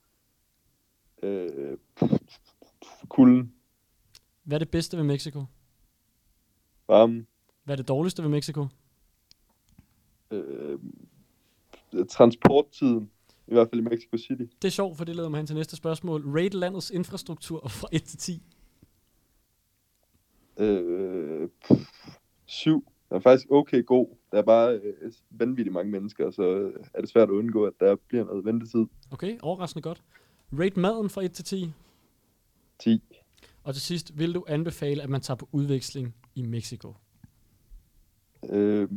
Øh, kulden, Hvad er det bedste ved Mexico? varmen, Hvad er det dårligste ved Mexico? øh, transporttiden, i hvert fald i Mexico City. Det er sjovt, for det leder mig hen til næste spørgsmål. Rate landets infrastruktur fra et til ti. Øh, pff, syv. Den er faktisk okay god. Der er bare øh, vanvittigt mange mennesker, så er det svært at undgå, at der bliver noget ventetid. Okay, overraskende godt. Rate maden fra et til ti. ti. Og til sidst, vil du anbefale, at man tager på udveksling i Mexico? Øh,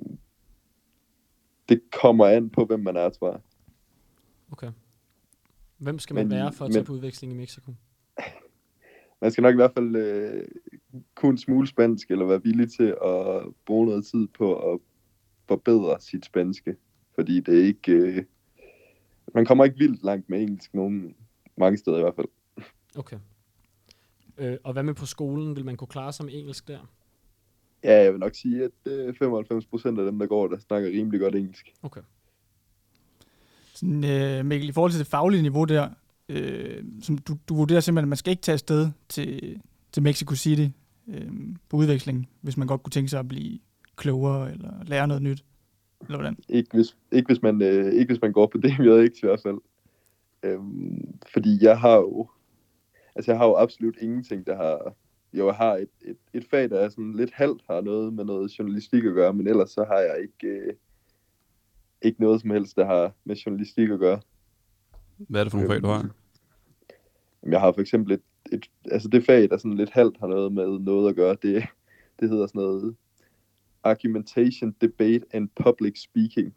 det kommer an på, hvem man er, tror jeg. Okay. Hvem skal man Men- være for at men- tage på udveksling i Mexico? Man skal nok i hvert fald øh, kunne en smule spansk, eller være villig til at bruge noget tid på at forbedre sit spanske. Fordi det er ikke... Øh, man kommer ikke vildt langt med engelsk, nogen, mange steder i hvert fald. Okay. Øh, og hvad med på skolen? Vil man kunne klare sig med engelsk der? Ja, jeg vil nok sige, at øh, femoghalvfems procent af dem, der går, der snakker rimelig godt engelsk. Okay. Sådan, øh, Mikkel, i forhold til det faglige niveau der, øh, som du, du vurderer simpelthen, at man skal ikke tage afsted til, til Mexico City øh, på udveksling, hvis man godt kunne tænke sig at blive klogere eller lære noget nyt, eller hvordan? Ikke hvis, ikke hvis, man, øh, ikke hvis man går på det, jeg ikke i hvert fald. Øhm, fordi jeg har jo... Altså, jeg har jo absolut ingenting, der har... Jo, jeg har et, et, et fag, der er sådan lidt halvt, har noget med noget journalistik at gøre, men ellers så har jeg ikke, øh, ikke noget som helst, der har med journalistik at gøre. Hvad er det for nogle fag, du har? Jamen, jeg har for eksempel et, et... Altså, det fag, der sådan lidt halvt har noget med noget at gøre, det, det hedder sådan noget... Argumentation, Debate and Public Speaking.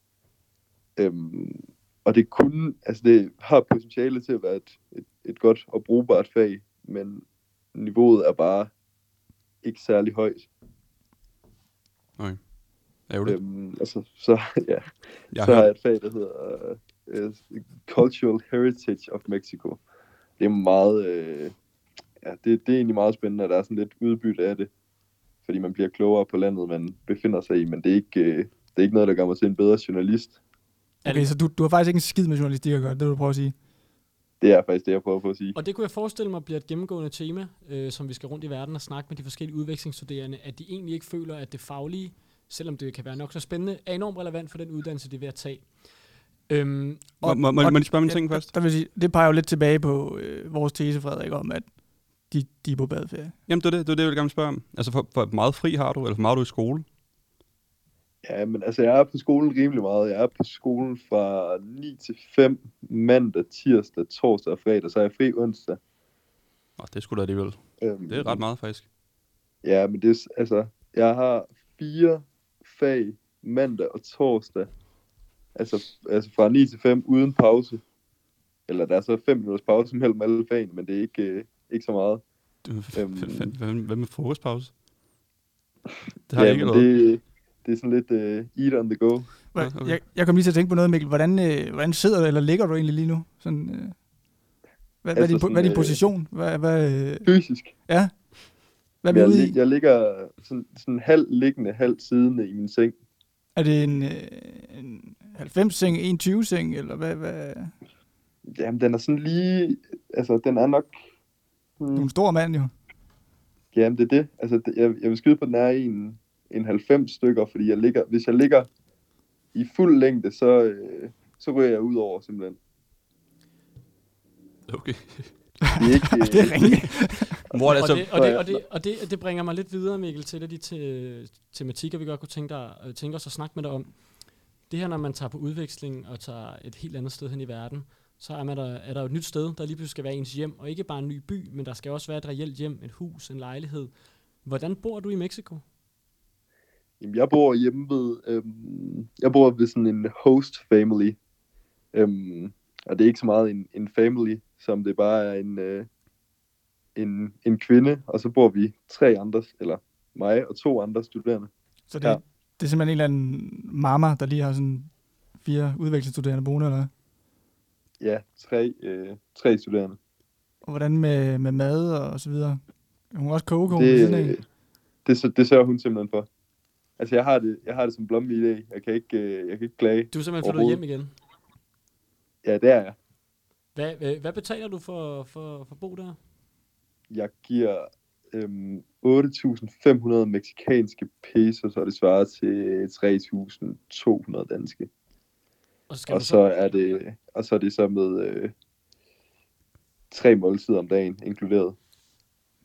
Øhm, og det kunne, altså det har potentiale til at være et, et, et godt og brugbart fag, men niveauet er bare ikke særlig højt. Okay. Ærgerligt. Øhm, altså, så, ja. Jeg så har har jeg hørt, et fag, der hedder uh, Cultural Heritage of Mexico. Det er meget, øh, ja, det, det er egentlig meget spændende, at der er sådan lidt udbytte af det. Fordi man bliver klogere på landet, man befinder sig i, men det er ikke, øh, det er ikke noget, der gør mig til en bedre journalist. Okay, så du, du har faktisk ikke en skid med journalistik at gøre, det vil du prøve at sige? Det er faktisk det, jeg prøver på at sige. Og det kunne jeg forestille mig bliver et gennemgående tema, øh, som vi skal rundt i verden og snakke med de forskellige udvekslingsstuderende, at de egentlig ikke føler, at det faglige, selvom det kan være nok så spændende, er enormt relevant for den uddannelse, de er ved at tage. Øhm, må, og- må, må, og- må jeg spørge min ting Ja, først? Der vil sige, det peger jo lidt tilbage på øh, vores tese, Frederik, om at de, de er på badeferie. Jamen, det er det, det, er det jeg vil gerne spørge om. Altså, for, for meget fri har du, eller for meget er du i skole? Ja, men altså, jeg er på skolen rimelig meget. Jeg er på skolen fra ni til fem, mandag, tirsdag, torsdag og fredag, så er jeg fri onsdag. Nå, det skulle da alligevel. Øhm, Det er ret meget, faktisk. Ja, men det er, s- altså, jeg har fire fag mandag og torsdag. Altså, altså fra ni til fem uden pause. Eller der er så fem minutters pause mellem alle fagene, men det er ikke, øh, ikke så meget. Øhm. Hvad med frokostpause? Det har jeg ikke men eller det, det er sådan lidt uh, eat on the go. Hvor- Ja, okay. Jeg, jeg kom lige til at tænke på noget, Mikkel. Hvordan, øh, hvordan sidder du, eller ligger du egentlig lige nu? Sådan, øh, hvad, hvad, er Altså din, po- hvad er din sådan, øh, position? Hvad, hvad, øh, Fysisk. ja? Hvad er vi Jeg, ude lig- i? jeg ligger sådan, sådan halv liggende, halv siddende i min seng. Er det en, øh, en halvfems-seng, en tyve-seng, eller hvad? hvad? Jamen, den er sådan lige... Altså, den er nok... Du er Hmm, en stor mand jo. jamen, det er det. Altså, det, jeg, jeg vil skyde på, at den er i en, en halvfems stykker, fordi jeg ligger, hvis jeg ligger i fuld længde, så, øh, så ryger jeg ud over, simpelthen. Okay. Det er ikke... det er ringe. Hvor er det og, så... det, og, det, og, det, og det, det bringer mig lidt videre, Mikkel, til et af de te- tematikker, vi godt kunne tænke, dig, øh, tænke os at snakke med dig om. Det her, når man tager på udveksling og tager et helt andet sted hen i verden, så er, man der, er der jo et nyt sted, der lige pludselig skal være ens hjem, og ikke bare en ny by, men der skal også være et reelt hjem, et hus, en lejlighed. Hvordan bor du i Mexico? Jamen, jeg bor hjemme ved... Øhm, jeg bor ved sådan en host family. Øhm, og det er ikke så meget en, en family, som det bare er en, øh, en, en kvinde. Og så bor vi tre andre, eller mig og to andre studerende. Så det, Ja. det er simpelthen en eller anden mamma, der lige har sådan fire udvekslingsstuderende boende, eller hvad? Ja, tre, øh, tre studerende. Og hvordan med, med mad og så videre? Kan hun også koge koge ved siden af? Det, det, det sørger hun simpelthen for. Altså, jeg har det, jeg har det som blomme i dag. Jeg kan ikke, øh, jeg kan ikke klage. Du er simpelthen flyttet hjem igen. Ja, det er jeg. Hvad, hvad, hvad betaler du for, for, for at bo der? Jeg giver øhm, otte tusind fem hundrede mexikanske pesos, og det svarer til tre tusind to hundrede danske. Og så skal Og du så er det, og så er det så med øh, tre måltider om dagen inkluderet.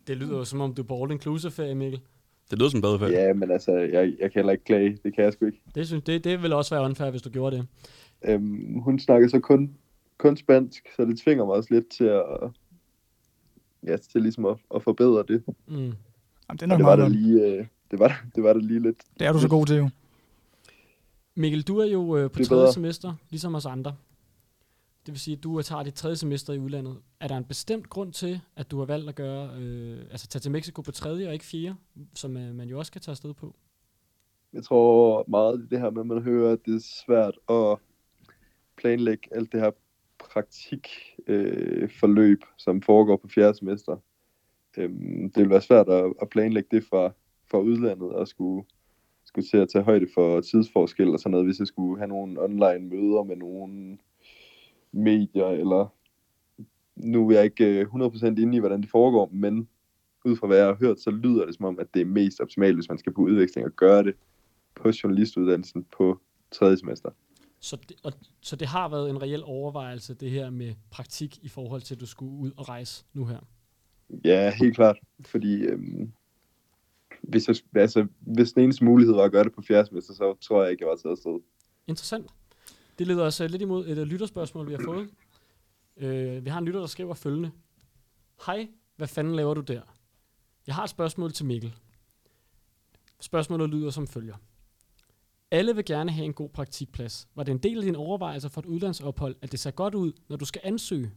Det lyder jo som om, du er på all-inclusive-ferie, Mikkel. Det lyder som bedre ferie. Ja, men altså, jeg, jeg kan heller ikke klage. Det kan jeg sgu ikke. Det, synes, det, det ville også være unfair, hvis du gjorde det. Øhm, hun snakker så kun, kun spansk, så det tvinger mig også lidt til at, ja, til ligesom at, at forbedre det. Mm. Jamen, det er Og nok det var meget der godt. lige, øh, det var, det var der lige lidt. Det er du så god til, jo. Mikkel, du er jo øh, på Det er tredje bedre. semester, ligesom os andre. Det vil sige, at du tager dit tredje semester i udlandet. Er der en bestemt grund til, at du har valgt at gøre, øh, altså tage til Mexico på tredje og ikke fire, som øh, man jo også kan tage afsted på? Jeg tror meget det her med, at man hører, at det er svært at planlægge alt det her praktikforløb, øh, forløb, som foregår på fjerde semester. Øhm, det vil være svært at, at planlægge det fra, fra udlandet og skulle, skulle til at tage højde for tidsforskel og sådan noget, hvis jeg skulle have nogle online møder med nogle medier, eller nu er jeg ikke øh, hundrede procent inde i, hvordan det foregår, men ud fra hvad jeg har hørt, så lyder det som om, at det er mest optimalt, hvis man skal på udveksling og gøre det på journalistuddannelsen på tredje semester. Så det, og, så det har været en reel overvejelse, det her med praktik i forhold til, at du skulle ud og rejse nu her? Ja, helt klart. Fordi øhm, hvis, jeg, altså, hvis den eneste mulighed var at gøre det på fjerde semester, så tror jeg ikke, jeg var taget afsted. Interessant. Det leder os uh, lidt imod et uh, lytterspørgsmål, vi har fået. Uh, vi har en lytter, der skriver følgende. Hej, hvad fanden laver du der? Jeg har et spørgsmål til Mikkel. Spørgsmålet lyder som følger. Alle vil gerne have en god praktikplads. Var det en del af dine overvejelser for et udlandsophold, at det ser godt ud, når du skal ansøge?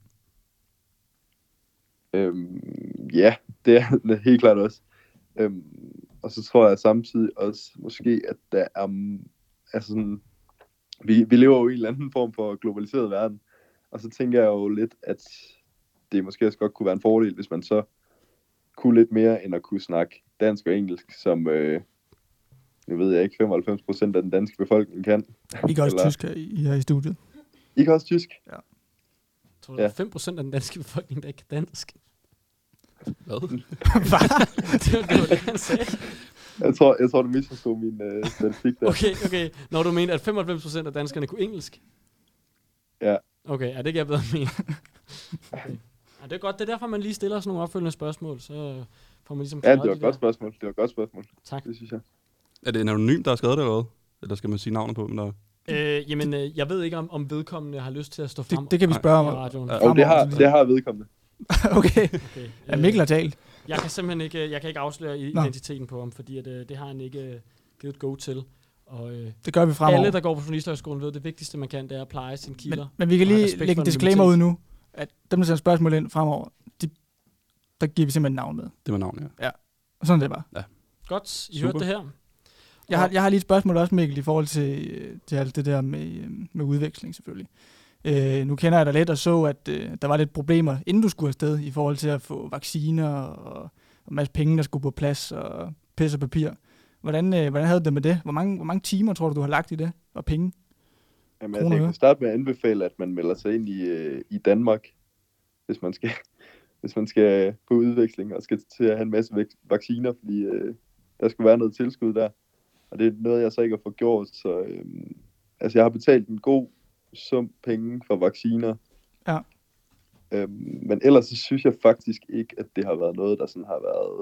Øhm, ja, det er det helt klart også. Øhm, og så tror jeg samtidig også måske, at der er mm, altså sådan, vi, vi lever jo i en eller anden form for globaliseret verden, og så tænker jeg jo lidt, at det måske også godt kunne være en fordel, hvis man så kunne lidt mere, end at kunne snakke dansk og engelsk, som, øh, nu ved jeg ikke, femoghalvfems procent af den danske befolkning kan. I kan også Eller- tysk her i, her i studiet. I kan også tysk? Jeg tror, der er Ja. fem procent af den danske befolkning, der ikke kan dansk. Hvad? det, var, det var det, han sagde. Jeg tror, jeg tror du misforstod min øh, statistik der. Okay, okay. Når du mener, at femoghalvfems procent af danskerne kunne engelsk? Ja. Okay, er det ikke, jeg bedre mener? Okay. Ja, det er godt. Det er derfor, man lige stiller sådan nogle opfølgende spørgsmål. Så får man ligesom Ja, klaret det var de et godt der. spørgsmål. Det var et godt spørgsmål. Tak. Det synes jeg. Er det en anonym, der har skrevet det eller hvad? Eller skal man sige navnet på? Men der... Øh, jamen, øh, jeg ved ikke, om, om vedkommende har lyst til at stå frem Det, det kan vi Nej. spørge i om. radioen. Ja. Og det har, Fremover, så det har vedkommende. Okay. Okay. Ja, Mikkel har talt. Jeg kan simpelthen ikke, øh, jeg kan ikke afsløre i- Nå. identiteten på ham, fordi at, øh, det har han ikke øh, givet et go til. Og øh, Det gør vi fremover. alle, der går på journalisthøjskolen, ved, at det vigtigste, man kan, det er at pleje sine kilder. Men, men vi kan Og have lige respekt lægge for en disclaimer anonymitet. ud nu, at dem, der sender spørgsmål ind fremover, de, der giver vi simpelthen navn med. Det var navn, ja. Og sådan er det bare. Godt, I Super. hørte det her. Jeg har, jeg har lige et spørgsmål også, Mikkel, i forhold til, øh, til alt det der med, øh, med udveksling selvfølgelig. Øh, nu kender jeg dig lidt og så, at øh, der var lidt problemer, inden du skulle afsted, i forhold til at få vacciner og, og en masse penge, der skulle på plads og pis og papir. Hvordan, øh, hvordan havde du det med det? Hvor mange, hvor mange timer tror du, du har lagt i det? Og penge? Jamen, Kroner, altså, jeg ja. kan starte med at anbefale, at man melder sig ind i, øh, i Danmark, hvis man skal hvis man skal på udveksling og skal til at have en masse væk- vacciner, fordi øh, der skal være noget tilskud der. Og det er noget, jeg så ikke har fået gjort. Så øh, altså, jeg har betalt en god sum penge for vacciner. Ja. Øhm, men ellers så synes jeg faktisk ikke, at det har været noget, der sådan har været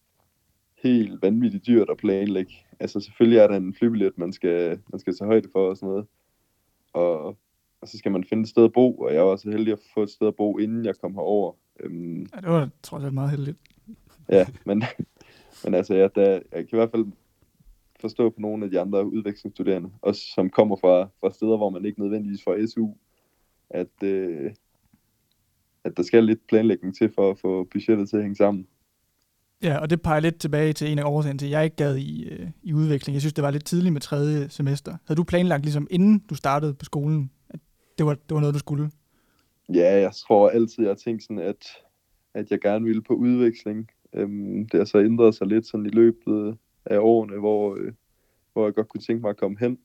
helt vanvittigt dyrt at planlægge. Altså selvfølgelig er der en flybillet, man skal, man skal tage højde for og sådan noget. Og, og så skal man finde et sted at bo, og jeg var så heldig at få et sted at bo, inden jeg kom herover. Øhm, Ja, det var trods alt meget heldigt. ja, men, men altså, ja, der, jeg kan i hvert fald forstå på nogle af de andre udvekslingsstuderende, også som kommer fra, fra steder, hvor man ikke nødvendigvis får S U, at, øh, at der skal lidt planlægning til for at få budgettet til at hænge sammen. Ja, og det peger lidt tilbage til en af årsagen til, at jeg ikke gad i, øh, i udvikling. Jeg synes, det var lidt tidligt med tredje semester. Havde du planlagt, ligesom inden du startede på skolen, at det var, det var noget, du skulle? Ja, jeg tror altid, jeg har tænkt sådan, at, at jeg gerne ville på udveksling. Øhm, det har så ændret sig lidt sådan i løbet af årene, hvor, øh, hvor jeg godt kunne tænke mig at komme hen.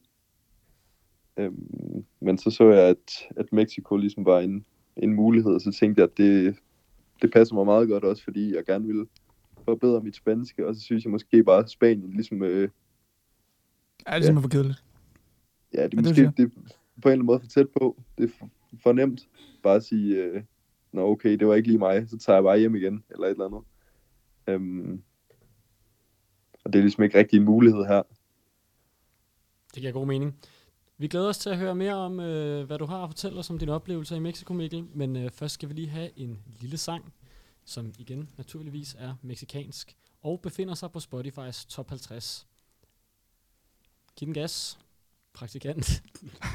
Øhm, men så så jeg, at, at Mexico ligesom var en, en mulighed, og så tænkte jeg, at det, det passer mig meget godt også, fordi jeg gerne ville forbedre mit spanske, og så synes jeg måske bare, at Spanien ligesom... Øh, Ja, det er simpelthen for kedeligt. ja, det er Ja, det måske synes jeg. det er på en eller anden måde for tæt på. Det er for, for nemt bare at sige, øh, nå okay, det var ikke lige mig, så tager jeg bare hjem igen, eller et eller andet. Øhm, og det er ligesom ikke rigtig en mulighed her. Det giver god mening. Vi glæder os til at høre mere om, øh, hvad du har at fortælle os om dine oplevelser i Mexico, Mikkel. Men øh, først skal vi lige have en lille sang, som igen naturligvis er mexikansk, og befinder sig på Spotifys top halvtreds. Giv den gas, praktikant.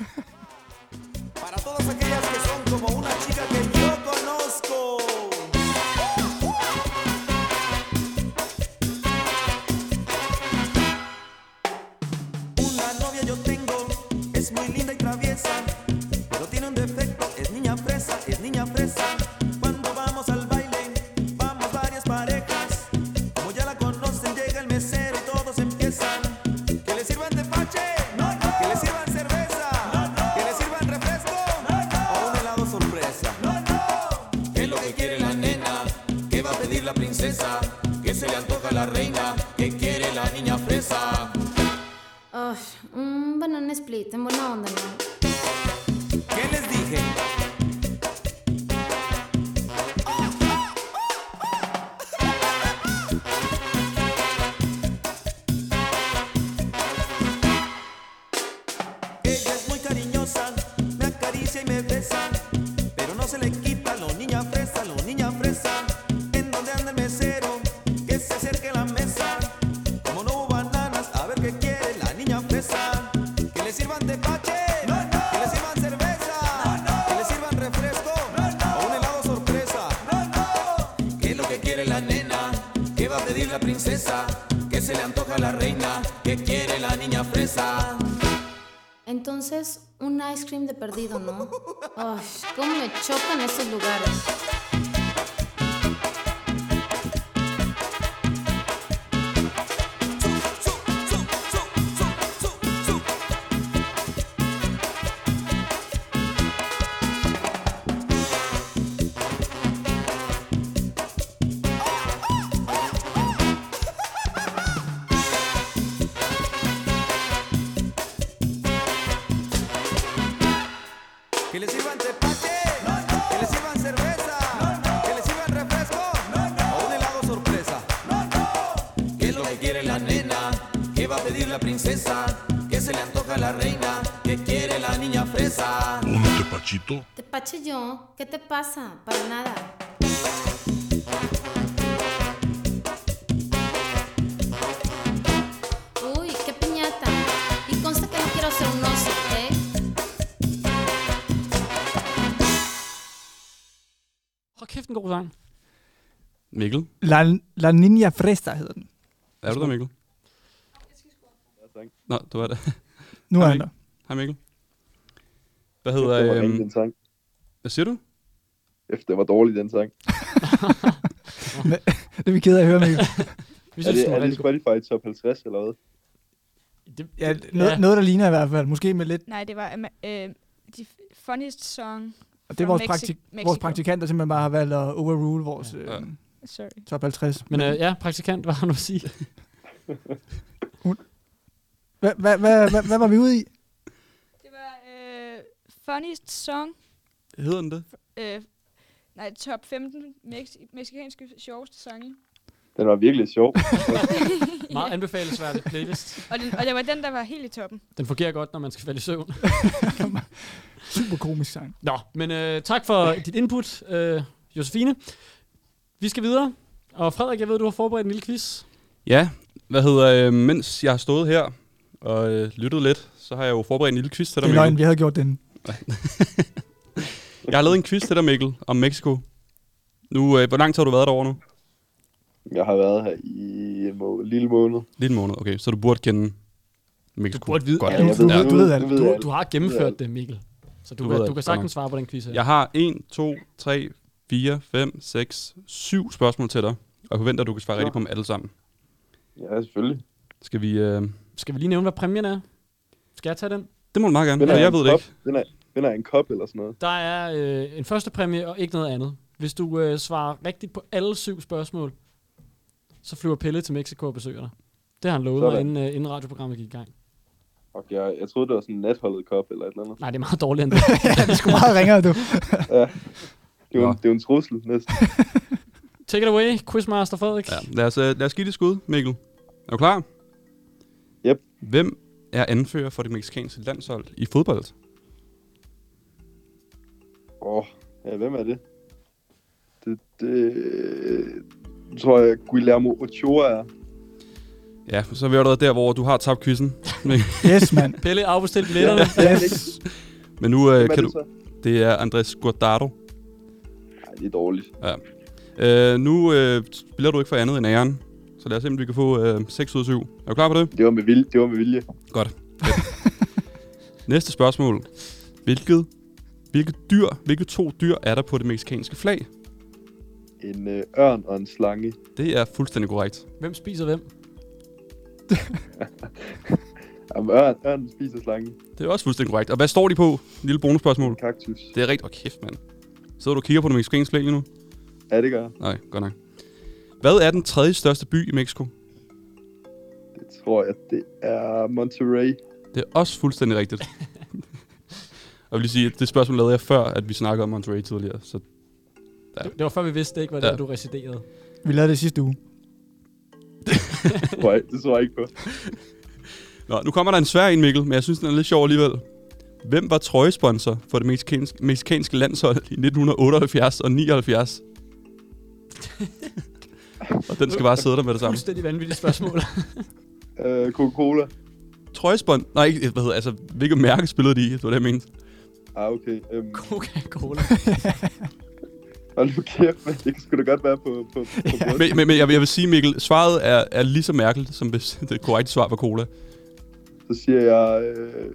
Para todas aquellas que son como una chica que yo conozco. Una novia yo tengo, es muy linda y traviesa, pero tiene un defecto, es niña fresa, es niña fresa. Cuando vamos al baile, vamos varias parejas, como ya la conocen, llega el mesero y todos empiezan. Que le sirvan tepache, no, no. Que le sirvan cerveza, no, no. Que le sirvan refresco, no, no. O un helado sorpresa, no, no. ¿Qué es lo que quiere la nena? ¿Qué va a pedir la princesa? ¿Qué se le antoja a la reina? ¿Qué quiere la niña fresa? Ay, un banana split, en buena onda, ¿no? ¿Qué les dije? Ella es muy cariñosa, me acaricia y me besa, pero no se le quita lo niña fresa, lo niña fresa. ¿En dónde anda el mesero? Que se acerque a la mesa. Como no hubo bananas, a ver qué quiere la niña fresa. Que le sirvan tepache, no, no. Que le sirvan cerveza, no, no. Que le sirvan refresco, no, no. O un helado sorpresa, no, no. ¿Qué es lo que quiere la nena? ¿Qué va a pedir la princesa? ¿Qué se le antoja a la reina? ¿Qué quiere la niña fresa? Entonces, un ice cream de perdido, ¿no? Ay, cómo me chocan esos lugares. Que le sirvan tepache, no, no. Que le sirvan cerveza, no, no. Que le sirvan refresco, no, no. O un helado sorpresa, no, no. ¿Qué es lo que quiere la nena? ¿Qué va a pedir la princesa? ¿Qué se le antoja a la reina? ¿Qué quiere la niña fresa? ¿Un tepachito? Tepache yo, ¿qué te pasa? Para nada. Uy, qué piñata. Y consta que no quiero ser un oso, ¿eh? Hold kæft, en god sang. Mikkel, La, La Niña Fresa hedder den. er du der, Mikkel? Nå, du er der. Nu er Hej, han Mikkel. der. Hej Mikkel. Hvad Det hedder... var Øhm, rigtig den sang. hvad siger du? Efter det var dårlig, den sang. Det er vi ked af at høre, Mikkel. Vi Er synes, det, den var er det rigtig god. Spotify top halvtreds eller hvad? Det, Ja, noget, noget, der ligner i hvert fald. Måske med lidt... Nej, det var uh, øh, de funniest song. Og det er from vores, Mexi- praktik, Mexico. vores praktikant, der simpelthen bare har valgt at overrule vores Ja. øh, Sorry. top halvtreds. Men øh, ja, praktikant, hvad har du at sige? Hvad hva, hva, hva, hvad var vi ude i? Det var øh, funniest song. Hedder den det? Øh, nej, top femten mex- mexikanske sjoveste sange. Den var virkelig sjov. Meget anbefalesværdig playlist. Og, den, og det var den, der var helt i toppen. Den fungerer godt, når man skal falde i søvn. Super komisk sang. Nå, men øh, tak for dit input, øh, Josefine. Vi skal videre. Og Frederik, jeg ved, du har forberedt en lille quiz. Ja, hvad hedder... Øh, mens jeg har stået her og øh, lyttet lidt, så har jeg jo forberedt en lille quiz til dig, Det er løgn, Mikkel. vi havde gjort den. Jeg har lavet en quiz til dig, Mikkel, om Mexico. Nu, øh, hvor lang tid har du været derovre nu? Jeg har været her i en må- lille måned. Lidt en måned, okay. Så du burde kende Mexico. Du burde vide godt. alt. Ja, du, ved, du ved alt. Nu ved Du, jeg alt. du har gennemført det, Mikkel. Så du, Du du, ved kan, alt. du kan Godt sagtens nok. svare på den quiz her. Jeg har en, to, tre, fire, fem, seks, syv spørgsmål til dig. Og jeg forventer, at du kan svare Ja. rigtigt på dem alle sammen. Ja, selvfølgelig. Skal vi... Øh... Skal vi lige nævne, hvad præmien er? Skal jeg tage den? Det må du meget gerne, Vinder for jeg en ved det kop? ikke. Vinder, vinder en kop eller sådan noget. Der er øh, en første præmie og ikke noget andet. Hvis du øh, svarer rigtigt på alle syv spørgsmål, så flyver Pelle til Mexico og besøger dig. Det har han lovet mig, Sådan. inden, øh, inden radioprogrammet gik i gang. Okay, jeg, jeg troede, det var sådan en natholdet kop eller et eller andet. Nej, det er meget dårligt end det. Ja, det er sgu meget ringere, du. Ja. Det er jo Nå. en, det er jo en trussel næsten. Take it away, quizmaster Frederik. Ja, lad os, uh, lad os give det skud, Mikkel. Er du klar? Yep. Hvem er anfører for det mexicanske landshold i fodbold? Åh, oh, ja, hvem er det? Det, det øh, tror jeg, Guillermo Ochoa er. Ja, så er vi allerede der, hvor du har tabt quizzen. Yes, mand. Pelle, afbestil billetterne. Yes. Men nu uh, Hvem er kan det du... så? Det er Andres Guardado. Nej, det er dårligt. Ja. Uh, nu uh, spiller du ikke for andet end æren. Så lad os se, om vi kan få uh, seks ud af syv. Er du klar på det? Det var med vilje. Det var med vilje. Godt. Næste spørgsmål. Hvilket, hvilket dyr, hvilke to dyr er der på det mexicanske flag? En øh, ørn og en slange. Det er fuldstændig korrekt. Hvem spiser hvem? Jamen, ørn, ørn spiser slange. Det er også fuldstændig korrekt. Og hvad står de på? En lille bonusspørgsmål. Kaktus. Det er rigtigt. Åh, kæft, mand. Sidder du og kigger på det mexicanske flag lige nu? Ja, det gør jeg. Nej, godt nok. Hvad er den tredje største by i Mexico? Det tror jeg, det er Monterrey. Det er også fuldstændig rigtigt. Og jeg vil lige sige, at det spørgsmål lavede jeg før, at vi snakkede om Monterrey tidligere. Så ja. Det, det var før vi vidste ikke, hvad det Ja. var, du residerede. Vi lavede det sidste uge. Det tror jeg, det tror jeg ikke på. Nå, nu kommer der en svær en, Mikkel, men jeg synes, den er lidt sjov alligevel. Hvem var trøjesponsor for det mexicanske, mexicanske landshold i nitten otteoghalvfjerds og nioghalvfjerds? Og den skal bare sidde der med det samme. Fuldstændig vanvittigt spørgsmål. øh, Coca-Cola. Trøjespon... Nej, ikke, hvad hedder altså, hvilket mærke spillede de i? Det var det, jeg mente. Ah, okay. Um, Coca-Cola. Hold nu kæft, men det skulle da godt være på... på, på Ja. Men, men, men jeg, vil, jeg vil sige, Mikkel, svaret er, er lige så mærkeligt, som hvis det korrekte svar var cola. Så siger jeg... Øh,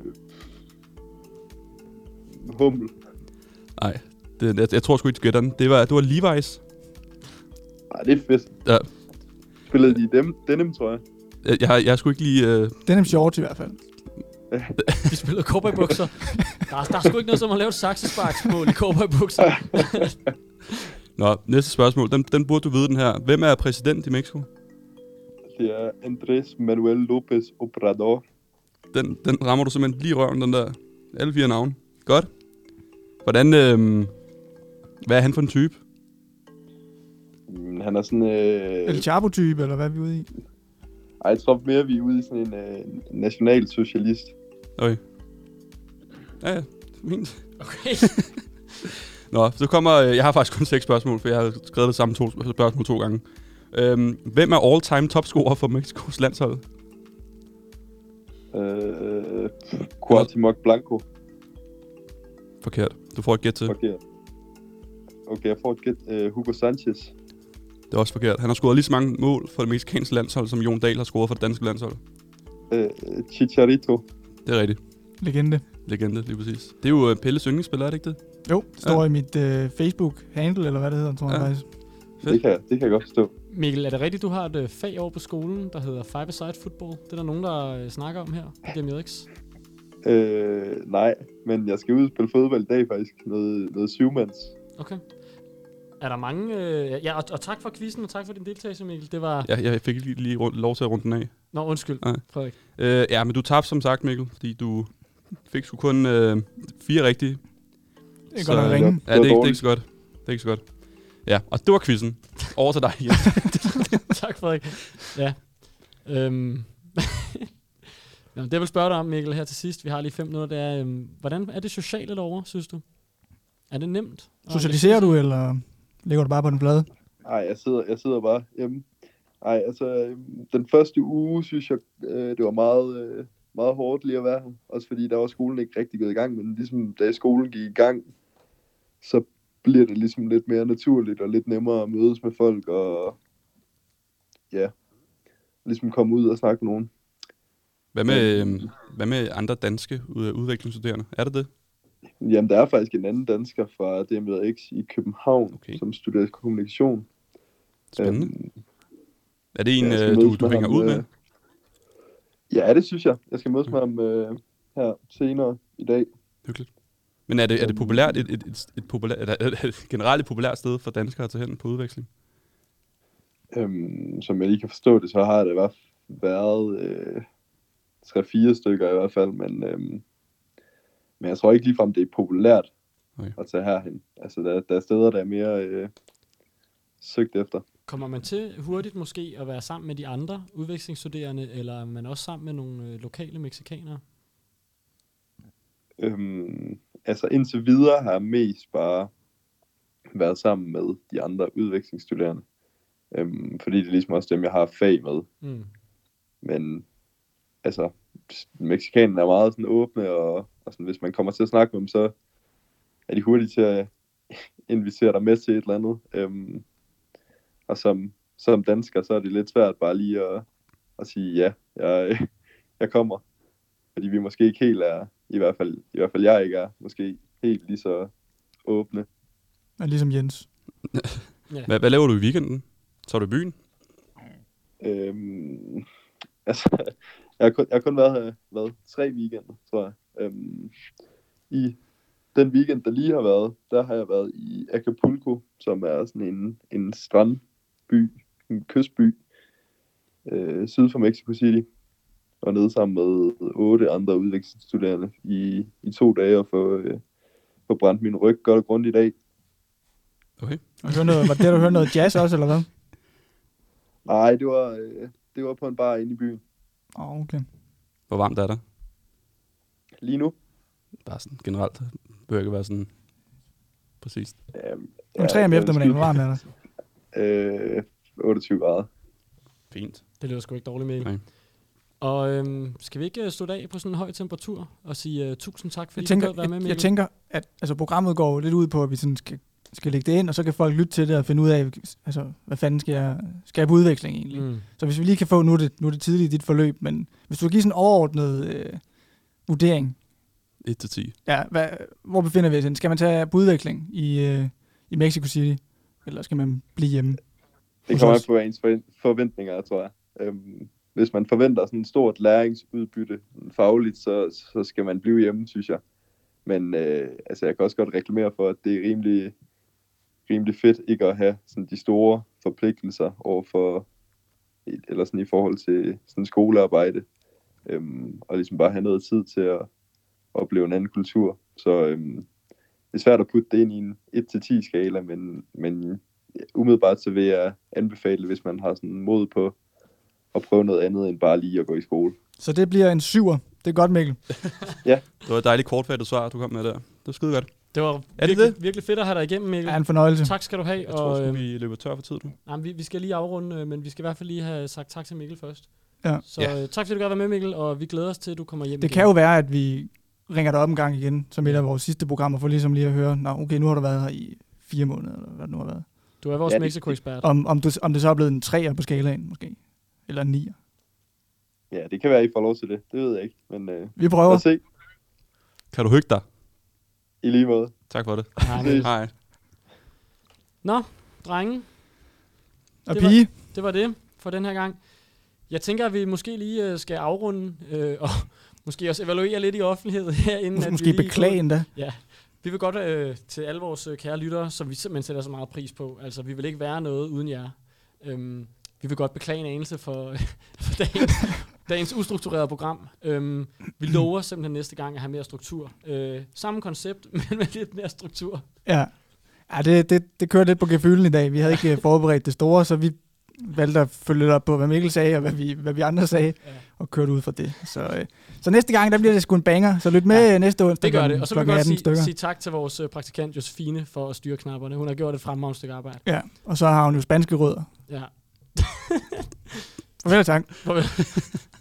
Hummel. Nej, det, jeg, jeg tror sgu ikke, du gætter den. Det var, det var Levi's. Nej, det er fedt. Ja. Spillede de dem, denim, tror jeg. Jeg, jeg, har- jeg har sgu ikke lige... Øh... Den er short i hvert fald. De spillede cowboybukser. Der, er- der er sgu ikke noget som at lave et saksesparksmål i cowboybukser. Nå, næste spørgsmål. Den, den burde du vide, den her. Hvem er præsident i Mexico? Det er Andrés Manuel López Obrador. Den, den rammer du simpelthen lige i røven, den der. Alle fire navne. Godt. Hvordan... Øh... Hvad er han for en type? Mm, Han er sådan... Øh, El Chapo-type, eller hvad er vi ude i? ej, jeg tror mere, vi er ude i sådan en øh, nationalsocialist. Okay. Ja, ja. Fint. Okay. Nå, så kommer... øh, Jeg har faktisk kun seks spørgsmål, for jeg har skrevet det samme to spørgsmål to gange. Øhm, hvem er all-time topscorer for Mexikos landshold? Øh, Cuauhtémoc Blanco. Forkert. Du får et gæt til. Forkert. Okay, jeg får et gæt. Øh, Hugo Sanchez. Det er også forkert. Han har scoret lige så mange mål for det mexicanske landshold, som Jon Dahl har scoret for det danske landshold. Øh, Chicharito. Det er rigtigt. Legende. Legende, lige præcis. Det er jo uh, Pelles yndlingsspiller, er det ikke det? Jo, det står Ja. i mit øh, Facebook-handle, eller hvad det hedder, tror jeg Ja. faktisk. Fedt. Det kan, det kan jeg godt forstå. Mikkel, er det rigtigt, du har et øh, fag over på skolen, der hedder Five-a-side football? Det er der nogen, der øh, snakker om her på G M J X. Øh, nej, men jeg skal ud og spille fodbold i dag faktisk. Noget, noget syvmands. Okay. Er der mange... Øh, ja, og, og tak for quizzen, og tak for din deltagelse, Mikkel. Det var... Ja, jeg fik ikke lige, lige rund, lov til at runde den af. Nå, undskyld, Nej. Frederik. Øh, ja, men du tabte som sagt, Mikkel, fordi du fik sgu kun øh, fire rigtige. Det er Så, godt at ringe. Ja, det er, ikke, det er ikke så godt. Det er ikke så godt. Ja, og det var quizzen. Over til dig igen. Tak, Frederik. Ja. Øhm. Nå, det jeg vil spørge dig om, Mikkel, her til sidst. Vi har lige fem minutter. Det er, øhm, hvordan er det sociale derovre, synes du? Er det nemt? at Socialiserer engagere du, sig? eller ligger du bare på den flade? Nej, jeg sidder, jeg sidder bare hjemme. Ej, altså, øhm, den første uge, synes jeg, øh, det var meget, øh, meget hårdt lige at være her. Også fordi der var skolen ikke rigtig gået i gang, men ligesom da skolen gik i gang, så bliver det ligesom lidt mere naturligt og lidt nemmere at mødes med folk og ja, ligesom komme ud og snakke med nogen. Hvad med, øh, hvad med andre danske ud- udviklingsstuderende? Er det det? Jamen, der er faktisk en anden dansker fra D M J X i København, Okay. okay. som studerer kommunikation. Spændende. Øhm, Er det en, jeg skal øh, du, mødes du med hænger ham, ud med? øh, Ja, det synes jeg. Jeg skal mødes med ham øh, her senere i dag. Hyggeligt. Men er det, er det Øhm, populært, et, et, et, et, populært, er det et generelt et populært sted for danskere at tage hen på udveksling? Øhm, som jeg lige kan forstå det, så har det i hvert fald været øh, tre-fire stykker i hvert fald, men, øhm, men jeg tror ikke ligefrem, det er populært Okay. at tage herhen. Altså, der, der er steder, der er mere, øh, søgt efter. Kommer man til hurtigt måske at være sammen med de andre udvekslingsstuderende, eller er man også sammen med nogle øh, lokale mexikanere? Øhm, altså indtil videre har jeg mest bare været sammen med de andre udvekslingsstuderende. Øhm, fordi det er ligesom også dem, jeg har fag med. Mm. Men altså, mexikanerne er meget sådan åbne, og, og sådan, hvis man kommer til at snakke med dem, så er de hurtige til at invitere dig med til et eller andet. Øhm, og som, som dansker, så er det lidt svært bare lige at, at sige, ja, jeg, jeg kommer. Fordi vi måske ikke helt er, i hvert fald, i hvert fald jeg ikke er, måske helt lige så åbne. Ja, ligesom Jens. Ja. Hvad, hvad laver du i weekenden? Så er du i byen? Øhm, altså, jeg har kun, jeg har kun været her været tre weekender, tror jeg. Øhm, I den weekend, der lige har været, der har jeg været i Acapulco, som er sådan en, en strandby, en kystby, øh, syd for Mexico City. Og nede sammen med otte andre udvekslingsstuderende i, i to dage og få, øh, få brændt min ryg godt og grundigt i dag. Okay. Og noget, var det, du hørte noget jazz også, eller hvad? Nej, det var, øh, det var på en bar inde i byen. Åh, oh, okay. Hvor varmt er der? Lige nu? Bare sådan generelt. Det bør ikke være sådan præcist. Øhm, om tre om eftermiddagen, hvor varmt er der? Øh, otteogtyve grader. Fint. Det lyder sgu ikke dårligt med. Nej. Og øhm, skal vi ikke slutte af på sådan en høj temperatur og sige uh, tusind tak, fordi jeg tænker, du gad være med, jeg, Mikkel? jeg tænker, at altså, programmet går lidt ud på, at vi sådan skal, skal lægge det ind, og så kan folk lytte til det og finde ud af, altså, hvad fanden skal jeg, skal jeg på udveksling egentlig. Mm. Så hvis vi lige kan få, nu er det, nu er det tidligt i dit forløb, men hvis du kan give sådan en overordnet øh, vurdering. et til ti. Ja, hvad, hvor befinder vi os? Skal man tage på udveksling i, øh, i Mexico City, eller skal man blive hjemme? Det kommer an på ens forventninger, tror jeg. Øhm, hvis man forventer sådan et stort læringsudbytte fagligt, så, så skal man blive hjemme, synes jeg. Men øh, altså, jeg kan også godt reklamere for, at det er rimelig, rimelig fedt ikke at have sådan de store forpligtelser overfor, eller sådan i forhold til sådan skolearbejde, øhm, og ligesom bare have noget tid til at opleve en anden kultur. Så øhm, det er svært at putte det ind i en et til ti skala, men, men umiddelbart så vil jeg anbefale, hvis man har sådan mod på at prøve noget andet end bare lige at gå i skole. Så det bliver en syver. Det er godt, Mikkel. Ja. Det var et dejligt kortfattet svar, du kom med der. Det var skide godt. Det var er virkelig, det det? virkelig fedt at have dig igennem, Mikkel. Ja, en fornøjelse. Tak skal du have. Jeg tror, og, øhm, vi løber tør for tid nu. Nej, vi, vi skal lige afrunde, men vi skal i hvert fald lige have sagt tak til Mikkel først. Ja. Så ja. tak fordi du gad være med, Mikkel, og vi glæder os til, at du kommer hjem Det igen. kan jo være, at vi ringer dig op en gang igen, som et af vores sidste programmer, for ligesom lige at høre, nå, okay, nu har du været her i fire måneder, eller hvad det nu har været. Du er vores ja, Mexico-ekspert. Om, om, du, om det så er blevet en treer på skalaen, måske. Eller en nier. Ja, det kan være, at I får lov til det. Det ved jeg ikke. Men, øh, vi prøver. Lad os se. Kan du hygge dig? I lige måde. Tak for det. Hej. Hej. Nå, drenge. Og det pige. Var, det var det for den her gang. Jeg tænker, at vi måske lige skal afrunde, øh, og måske også evaluere lidt i offentlighed herinde. Mås- måske beklage endda. Ja. Vi vil godt øh, til alle vores øh, kære lyttere, som vi simpelthen sætter så meget pris på. Altså, vi vil ikke være noget uden jer. Øhm, vi vil godt beklage en anelse for, for dagens, dagens ustrukturerede program. Øhm, vi lover simpelthen næste gang at have mere struktur. Øh, samme koncept, men med lidt mere struktur. Ja, ja det, det, det kører lidt på gefylen i dag. Vi havde ikke forberedt det store, så vi valgte at følge lidt op på, hvad Mikkel sagde, og hvad vi, hvad vi andre sagde, ja. Og kørte ud fra det. Så, øh, så næste gang, der bliver det sgu en banger. Så lyt med ja, næste onsdag. Det gør det. Og så vil jeg godt sige, sige tak til vores praktikant Josefine for at styre knapperne. Hun har gjort et fremragende stykke arbejde. Ja, og så har hun jo spanske rødder. Ja. Farvel og tak. Farvel.